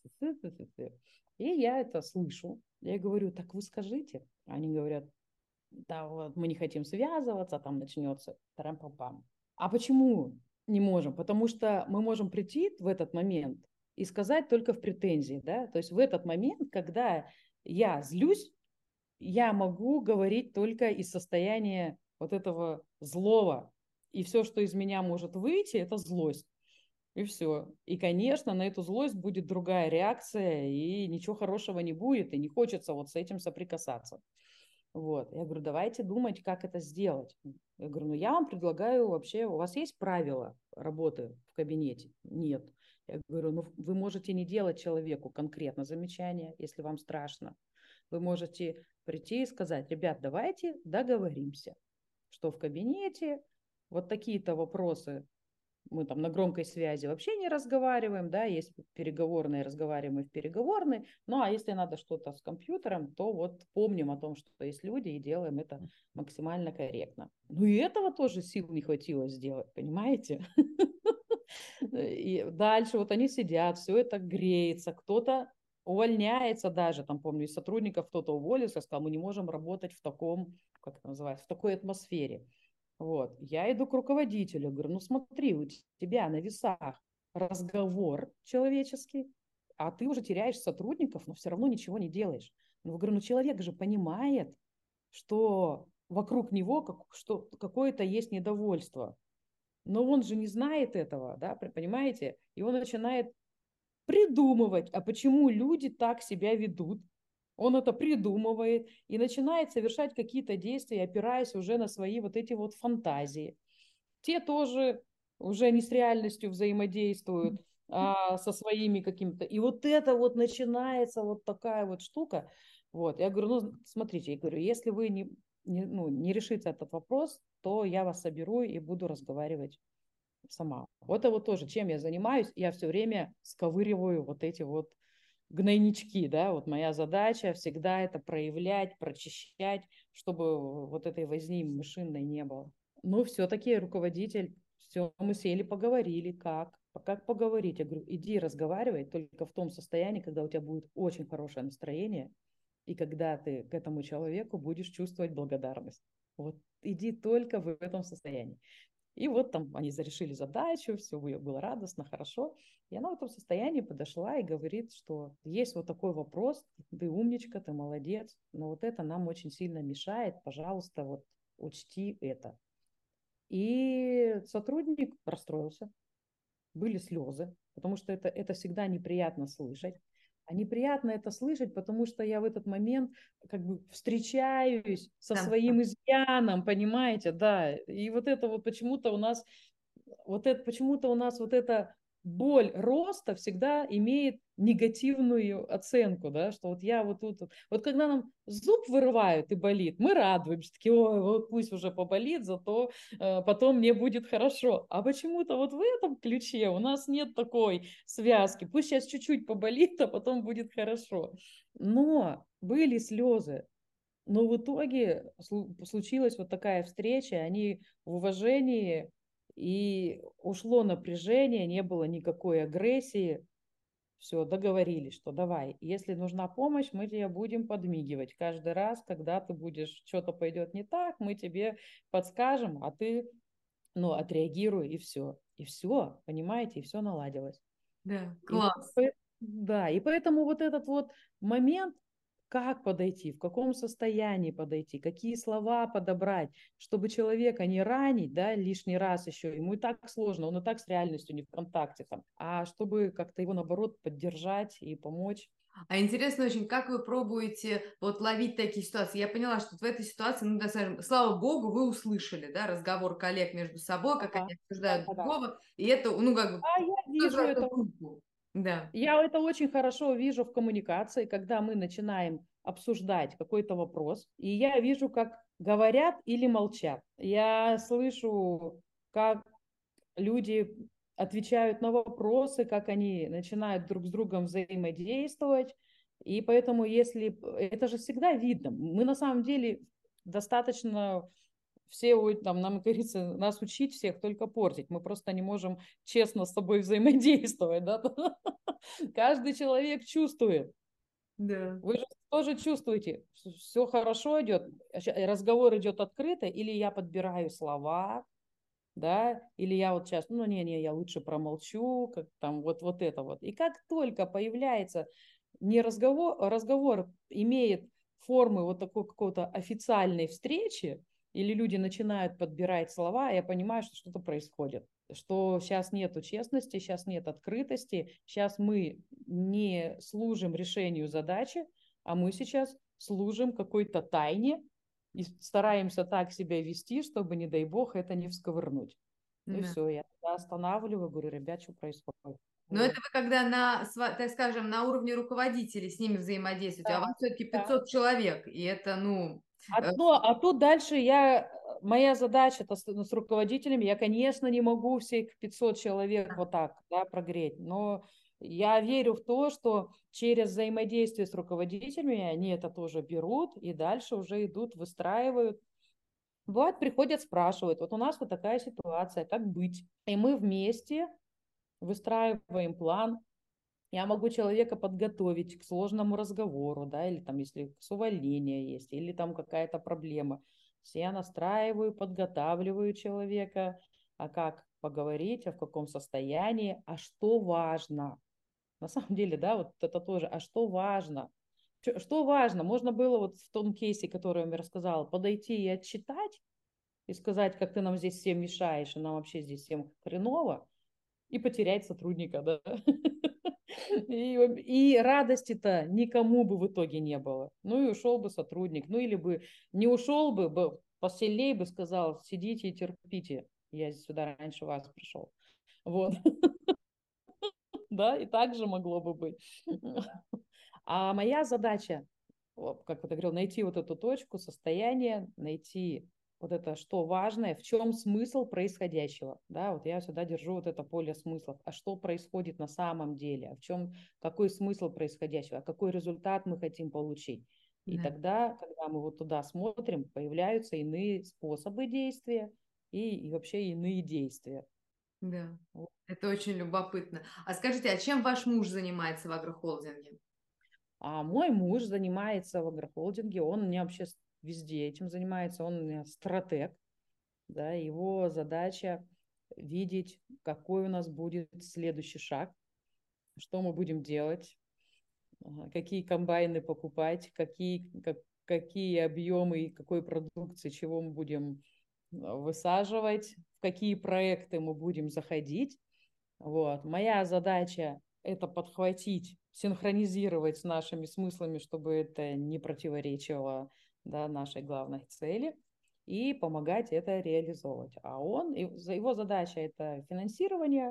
И я это слышу. Я говорю, так вы скажите. Они говорят, да, вот мы не хотим связываться, там начнется тарам-пам-пам. А почему не можем? Потому что мы можем прийти в этот момент и сказать только в претензии, да, то есть в этот момент, когда я злюсь, я могу говорить только из состояния вот этого злого, и все, что из меня может выйти, это злость. И все. И, конечно, на эту злость будет другая реакция, и ничего хорошего не будет, и не хочется вот с этим соприкасаться. Вот. Я говорю, давайте думать, как это сделать. Я говорю, ну я вам предлагаю вообще, у вас есть правила работы в кабинете? Нет. Я говорю, ну вы можете не делать человеку конкретно замечания, если вам страшно. Вы можете прийти и сказать, ребят, давайте договоримся, что в кабинете вот такие-то вопросы мы там на громкой связи вообще не разговариваем, да, есть переговорные, разговариваем и в переговорной, ну, а если надо что-то с компьютером, то вот помним о том, что есть люди, и делаем это максимально корректно. Ну, и этого тоже сил не хватило сделать, понимаете? И дальше вот они сидят, все это греется, кто-то увольняется даже, там, помню, из сотрудников кто-то уволился, сказал, мы не можем работать в таком, как это называется, в такой атмосфере. Вот. Я иду к руководителю, говорю, ну смотри, у тебя на весах разговор человеческий, а ты уже теряешь сотрудников, но все равно ничего не делаешь. Ну, говорю, ну человек же понимает, что вокруг него как, что, какое-то есть недовольство. Но он же не знает этого, да, понимаете? И он начинает придумывать, а почему люди так себя ведут. Он это придумывает и начинает совершать какие-то действия, опираясь уже на свои вот эти вот фантазии. Те тоже уже не с реальностью взаимодействуют, а со своими какими-то. И вот это вот начинается вот такая вот штука. Вот. Я говорю, ну, смотрите, я говорю, если вы не, не, ну, не решите этот вопрос, то я вас соберу и буду разговаривать сама. Вот это вот тоже, чем я занимаюсь, я все время сковыриваю вот эти вот гнойнички, да, вот моя задача всегда это проявлять, прочищать, чтобы вот этой возни мышиной не было. Ну, все-таки руководитель, все, мы сели, поговорили, как, как поговорить. Я говорю, иди разговаривай только в том состоянии, когда у тебя будет очень хорошее настроение, и когда ты к этому человеку будешь чувствовать благодарность. Вот иди только в этом состоянии. И вот там они зарешили задачу, все было радостно, хорошо. И она в этом состоянии подошла и говорит, что есть вот такой вопрос, ты умничка, ты молодец, но вот это нам очень сильно мешает, пожалуйста, вот учти это. И сотрудник расстроился, были слезы, потому что это, это всегда неприятно слышать. А неприятно это слышать, потому что я в этот момент как бы встречаюсь со Там, своим изъяном, понимаете, да. И вот это вот почему-то у нас, вот это почему-то у нас вот эта боль роста всегда имеет негативную оценку, да, что вот я вот тут, вот когда нам зуб вырывают и болит, мы радуемся, такие, ой, вот пусть уже поболит, зато э, потом мне будет хорошо. А почему-то вот в этом ключе у нас нет такой связки, пусть сейчас чуть-чуть поболит, а потом будет хорошо. Но были слезы, но в итоге случилась вот такая встреча, они в уважении, и ушло напряжение, не было никакой агрессии. Все, договорились, что давай. Если нужна помощь, мы тебе будем подмигивать. Каждый раз, когда ты будешь, что-то пойдет не так, мы тебе подскажем, а ты, ну, отреагируй, и все. И все, понимаете, и все наладилось. Да, И вот, класс. пое- да, и поэтому вот этот вот момент, как подойти, в каком состоянии подойти, какие слова подобрать, чтобы человека не ранить, да, лишний раз еще, ему и так сложно, он и так с реальностью не в контакте там, а чтобы как-то его, наоборот, поддержать и помочь. А интересно очень, как вы пробуете вот ловить такие ситуации? Я поняла, что вот в этой ситуации, ну, да, скажем, слава богу, вы услышали, да, разговор коллег между собой, как Ага, они да, обсуждают да, да. другого, и это, ну, как бы, А я тоже вижу вашу это. группу. Да, Я это очень хорошо вижу в коммуникации, когда мы начинаем обсуждать какой-то вопрос, и я вижу, как говорят или молчат. Я слышу, как люди отвечают на вопросы, как они начинают друг с другом взаимодействовать. И поэтому, если это же всегда видно, мы на самом деле достаточно все, там, нам, как говорится, нас учить всех только портить. Мы просто не можем честно с собой взаимодействовать. Да? Каждый человек чувствует. да, Вы же тоже чувствуете, что все хорошо идет, разговор идет открыто, или я подбираю слова, да, или я вот сейчас, ну, не-не, я лучше промолчу, как там вот, вот это вот. И как только появляется не разговор, разговор имеет формы вот такой какой-то официальной встречи, или люди начинают подбирать слова, я понимаю, что что-то происходит, что сейчас нету честности, сейчас нет открытости, сейчас мы не служим решению задачи, а мы сейчас служим какой-то тайне, и стараемся так себя вести, чтобы, не дай бог, это не всковырнуть. Ну и да. все, я тогда останавливаю, говорю, ребят, что происходит? Но это Вот. вы когда на, сва- так скажем, на уровне руководителей с ними взаимодействуете, а у Да, вас все-таки да. пятьсот человек, и это, ну, А, э, ну, а тут дальше я, моя задача -то с, ну, с руководителями, я, конечно, не могу всех пятьсот человек вот так, да, прогреть, но я верю в то, что через взаимодействие с руководителями они это тоже берут и дальше уже идут, выстраивают. Бывает, приходят, спрашивают, вот у нас вот такая ситуация, как быть? И мы вместе выстраиваем план. Я могу человека подготовить к сложному разговору, да, или там, если с увольнения есть, или там какая-то проблема. Я настраиваю, подготавливаю человека, а как поговорить, а в каком состоянии, а что важно. На самом деле, да, вот это тоже, а что важно? Что важно? Можно было вот в том кейсе, который я вам рассказала, подойти и отчитать, и сказать, как ты нам здесь всем мешаешь, и нам вообще здесь всем хреново, и потерять сотрудника, да. И, и радости-то никому бы в итоге не было. Ну и ушел бы сотрудник. Ну или бы не ушел бы, бы посильнее бы сказал, сидите и терпите. Я сюда раньше вас пришел. Вот. Да, и так же могло бы быть. А моя задача, как вот я говорил, найти вот эту точку состояния, найти вот это, что важное, в чем смысл происходящего. Да, вот я всегда держу вот это поле смыслов. А что происходит на самом деле? А в чем, какой смысл происходящего? А какой результат мы хотим получить? И да, тогда, когда мы вот туда смотрим, появляются иные способы действия и, и вообще иные действия. да. Вот. Это очень любопытно. А скажите, а чем ваш муж занимается в агрохолдинге? А мой муж занимается в агрохолдинге, он у меня вообще везде этим занимается, он у меня стратег, да, его задача видеть, какой у нас будет следующий шаг, что мы будем делать, какие комбайны покупать, какие, как, какие объемы и какой продукции, чего мы будем высаживать, в какие проекты мы будем заходить. Вот. Моя задача это подхватить, синхронизировать с нашими смыслами, чтобы это не противоречило, да, нашей главной цели, и помогать это реализовывать. А он, его задача это финансирование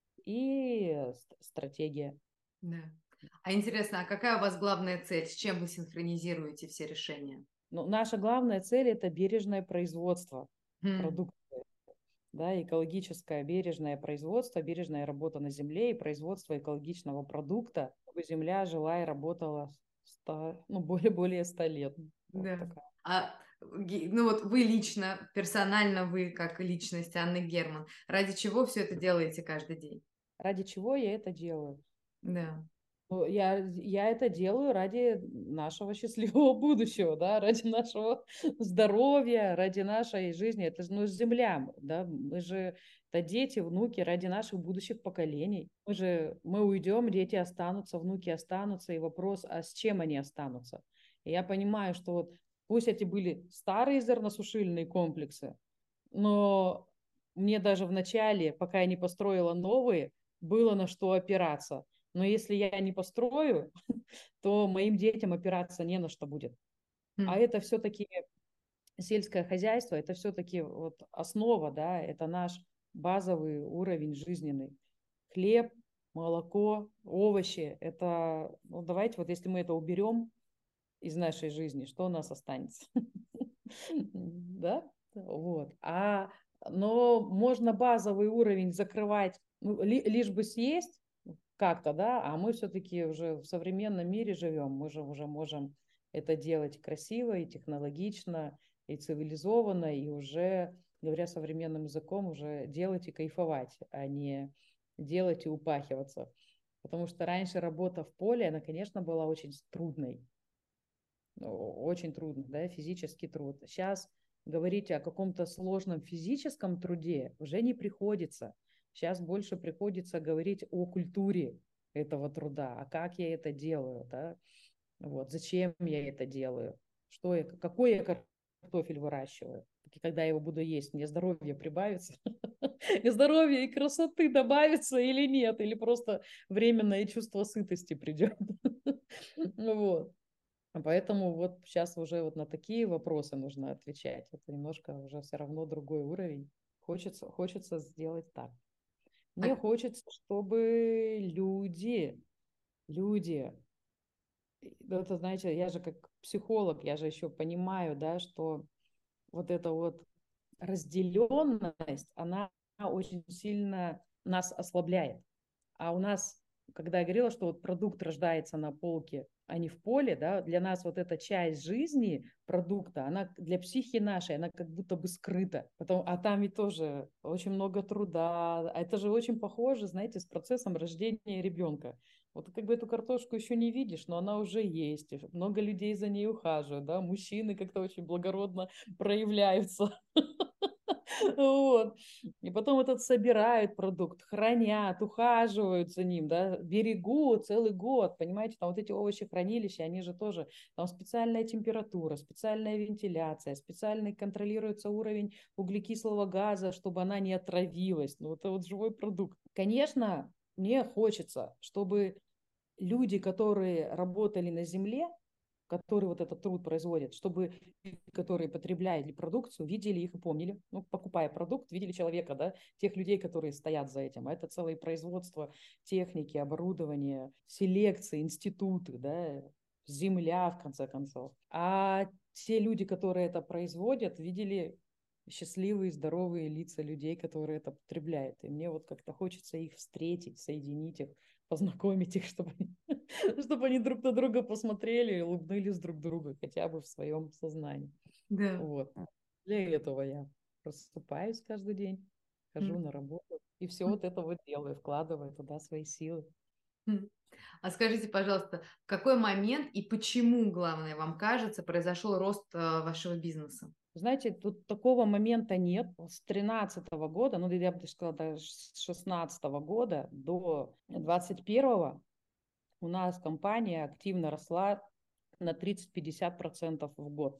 и стратегия. Да. А интересно, а какая у вас главная цель? С чем вы синхронизируете все решения? Но наша главная цель это бережное производство Хм, продуктов. Да, экологическое бережное производство, бережная работа на земле и производство экологичного продукта, чтобы земля жила и работала ста, ну, более, более ста лет. Вот да. такая. А ги- ну вот вы лично, персонально вы, как личность Анны Герман, ради чего все это делаете каждый день? Ради чего я это делаю? Да. Я, я это делаю ради нашего счастливого будущего, да, ради нашего здоровья, ради нашей жизни. Это же, ну, земля, да, мы же, это дети, внуки, ради наших будущих поколений. Мы же, мы уйдем, дети останутся, внуки останутся, и вопрос, а с чем они останутся? И я понимаю, что вот пусть эти были старые зерносушильные комплексы, но мне даже в начале, пока я не построила новые, было на что опираться. Но если я не построю, то моим детям опираться не на что будет. А М. это все-таки сельское хозяйство, это все-таки вот основа, да, это наш базовый уровень жизненный. Хлеб, молоко, овощи, это, ну, давайте вот если мы это уберем из нашей жизни, что у нас останется? Да, вот. А, но можно базовый уровень закрывать, ну, ли, лишь бы съесть как-то, да, а мы все-таки уже в современном мире живем, мы же уже можем это делать красиво и технологично, и цивилизованно, и уже, говоря современным языком, уже делать и кайфовать, а не делать и упахиваться. Потому что раньше работа в поле, она, конечно, была очень трудной, очень трудно, да, физический труд. Сейчас говорить о каком-то сложном физическом труде уже не приходится. Сейчас больше приходится говорить о культуре этого труда, а как я это делаю, да, вот, зачем я это делаю, что я, какой я картофель выращиваю. И когда я его буду есть, мне здоровье прибавится, и здоровье и красоты добавится или нет, или просто временное чувство сытости придет. Вот. Поэтому вот сейчас уже вот на такие вопросы нужно отвечать. Это немножко уже все равно другой уровень. Хочется, хочется сделать так. А, Мне хочется, чтобы люди, люди, ну, это, знаете, я же как психолог, я же еще понимаю, да, что вот эта вот разделенность, она очень сильно нас ослабляет. А у нас, когда я говорила, что вот продукт рождается на полке, а не в поле, да, для нас вот эта часть жизни продукта, она для психики нашей, она как будто бы скрыта. Потом, а там ведь тоже очень много труда. А это же очень похоже, знаете, с процессом рождения ребенка. Вот как бы эту картошку еще не видишь, но она уже есть. Много людей за ней ухаживают, да, мужчины как-то очень благородно проявляются. Вот. И потом этот собирают продукт, хранят, ухаживают за ним, да, берегут целый год, понимаете, там вот эти овощехранилища, они же тоже, там специальная температура, специальная вентиляция, специальный контролируется уровень углекислого газа, чтобы она не отравилась. Ну, это вот живой продукт. Конечно, мне хочется, чтобы люди, которые работали на земле, которые вот этот труд производят, чтобы люди, которые потребляли продукцию, видели их и помнили, ну, покупая продукт, видели человека, да, тех людей, которые стоят за этим. А это целое производство техники, оборудования, селекции, институты, да, земля, в конце концов. А те люди, которые это производят, видели счастливые, здоровые лица людей, которые это потребляют. И мне вот как-то хочется их встретить, соединить их, познакомить их, чтобы, чтобы они друг на друга посмотрели и улыбнулись друг другу, хотя бы в своем сознании. да. Вот. Для этого я просыпаюсь каждый день, хожу М. на работу и все М. вот это вот делаю, вкладываю туда свои силы. М. А скажите, пожалуйста, в какой момент и почему, главное, вам кажется, произошел рост э, вашего бизнеса? Знаете, тут такого момента нет. С тринадцатого года, ну, я бы даже сказала, даже с шестнадцатого года до двадцать первого у нас компания активно росла на тридцать-пятьдесят процентов в год.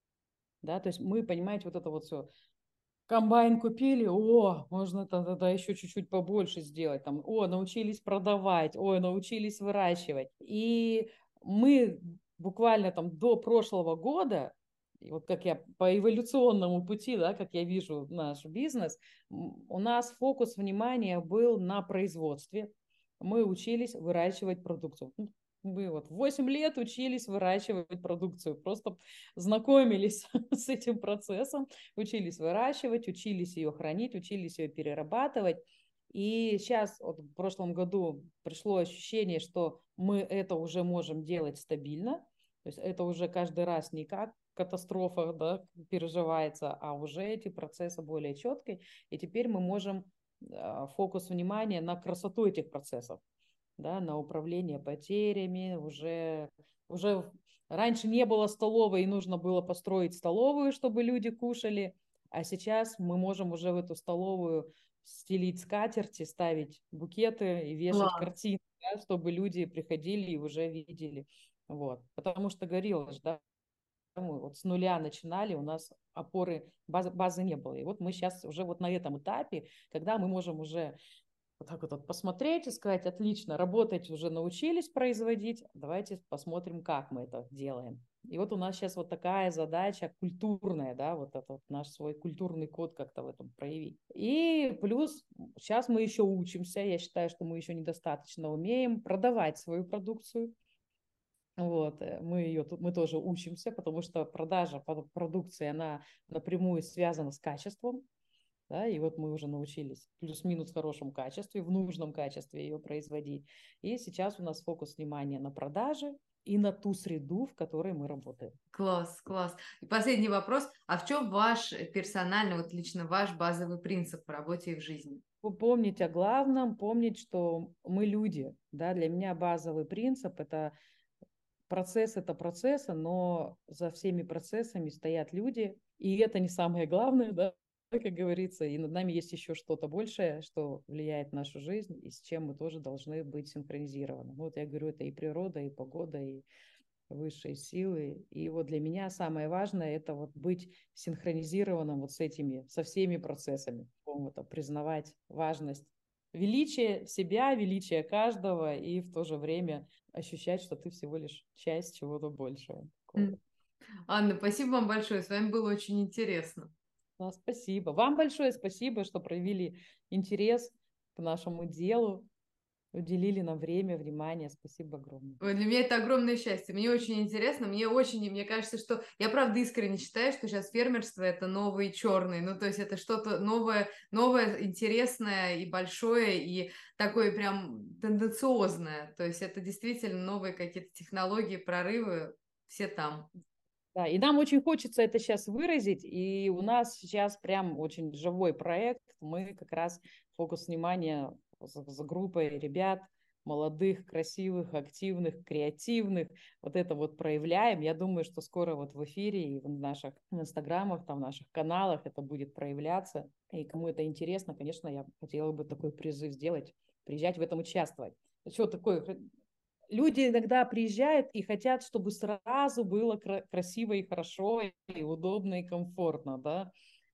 Да, то есть мы, понимаете, вот это вот все, комбайн купили, о, можно тогда еще чуть-чуть побольше сделать, там, о, научились продавать, ой, научились выращивать. И мы буквально там до прошлого года, и вот как я по эволюционному пути, да, как я вижу наш бизнес, у нас фокус внимания был на производстве. Мы учились выращивать продукцию. Мы вот восемь лет учились выращивать продукцию, просто знакомились с этим процессом, учились выращивать, учились ее хранить, учились ее перерабатывать. И сейчас, вот в прошлом году пришло ощущение, что мы это уже можем делать стабильно. То есть это уже каждый раз не как катастрофа, да, переживается, а уже эти процессы более четкие. И теперь мы можем э, фокус внимания на красоту этих процессов. да, на управление потерями, уже, уже раньше не было столовой, и нужно было построить столовую, чтобы люди кушали, а сейчас мы можем уже в эту столовую стелить скатерти, ставить букеты и вешать Класс. картины, да, чтобы люди приходили и уже видели. Вот. Потому что говорилось, да, мы вот с нуля начинали, у нас опоры, базы, базы не было. И вот мы сейчас уже вот на этом этапе, когда мы можем уже вот так вот, вот посмотреть и сказать, отлично, работать уже научились производить, давайте посмотрим, как мы это делаем. И вот у нас сейчас вот такая задача культурная, да, вот этот вот наш свой культурный код как-то в этом проявить. И плюс сейчас мы еще учимся, я считаю, что мы еще недостаточно умеем продавать свою продукцию. Вот, мы ее мы тоже учимся, потому что продажа продукции, она напрямую связана с качеством. Да, и вот мы уже научились плюс-минус в хорошем качестве, в нужном качестве ее производить. И сейчас у нас фокус внимания на продаже и на ту среду, в которой мы работаем. Класс, класс. И последний вопрос. А в чем ваш персональный, вот лично ваш базовый принцип в работе и в жизни? Помнить о главном, помнить, что мы люди. Да? Для меня базовый принцип – это процесс – это процессы, но за всеми процессами стоят люди. И это не самое главное, да? Как говорится, и над нами есть еще что-то большее, что влияет на нашу жизнь, и с чем мы тоже должны быть синхронизированы. Вот я говорю, это и природа, и погода, и высшие силы. И вот для меня самое важное – это вот быть синхронизированным вот с этими, со всеми процессами. Вот, признавать важность величие себя, величие каждого, и в то же время ощущать, что ты всего лишь часть чего-то большего. Анна, спасибо вам большое, с вами было очень интересно. Да, спасибо. Вам большое спасибо, что проявили интерес к нашему делу, уделили нам время, внимание. Спасибо огромное. Ой, для меня это огромное счастье. Мне очень интересно, мне очень, мне кажется, что я правда искренне считаю, что сейчас фермерство это новый черный, ну то есть это что-то новое, новое, интересное и большое, и такое прям тенденциозное. То есть это действительно новые какие-то технологии, прорывы, все там. Да, и нам очень хочется это сейчас выразить, и у нас сейчас прям очень живой проект. Мы как раз фокус внимания за, за группой ребят, молодых, красивых, активных, креативных, вот это вот проявляем. Я думаю, что скоро вот в эфире и в наших в инстаграмах, там, в наших каналах это будет проявляться. И кому это интересно, конечно, я хотела бы такой призыв сделать, приезжать в этом участвовать. Что такое? Люди иногда приезжают и хотят, чтобы сразу было красиво и хорошо, и удобно, и комфортно, да.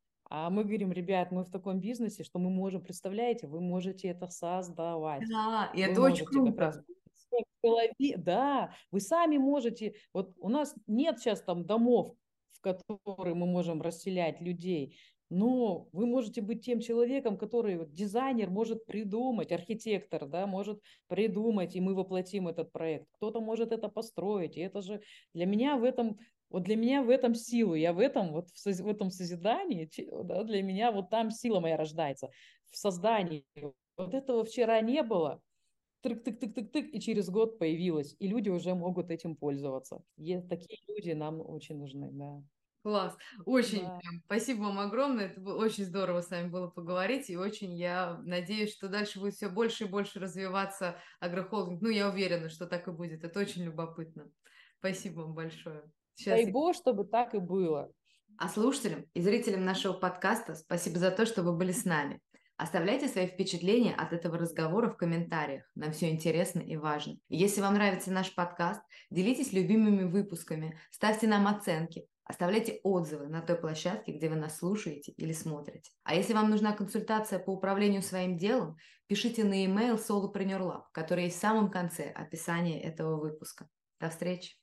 А мы говорим, ребят, мы в таком бизнесе, что мы можем, представляете, вы можете это создавать. Да, и Вы это очень можете как круто. раз в голове, да, вы сами можете, вот у нас нет сейчас там домов, в которые мы можем расселять людей, но вы можете быть тем человеком, который вот, дизайнер может придумать, архитектор, да, может придумать, и мы воплотим этот проект. Кто-то может это построить, и это же для меня в этом, вот для меня в этом сила, я в этом, вот в, соз, в этом созидании, да, для меня вот там сила моя рождается, в создании. Вот этого вчера не было, тык-тык-тык-тык-тык, и через год появилось, и люди уже могут этим пользоваться. И такие люди нам очень нужны, да. Класс. Очень Да. прям, спасибо вам огромное. Это было очень здорово с вами было поговорить. И очень я надеюсь, что дальше будет все больше и больше развиваться агрохолдинг. Ну, я уверена, что так и будет. Это очень любопытно. Спасибо вам большое. Сейчас Дай я... Бог, чтобы так и было. А слушателям и зрителям нашего подкаста спасибо за то, что вы были с нами. Оставляйте свои впечатления от этого разговора в комментариях. Нам все интересно и важно. И если вам нравится наш подкаст, делитесь любимыми выпусками, ставьте нам оценки, оставляйте отзывы на той площадке, где вы нас слушаете или смотрите. А если вам нужна консультация по управлению своим делом, пишите на e-mail solopreneur lab, который есть в самом конце описания этого выпуска. До встречи!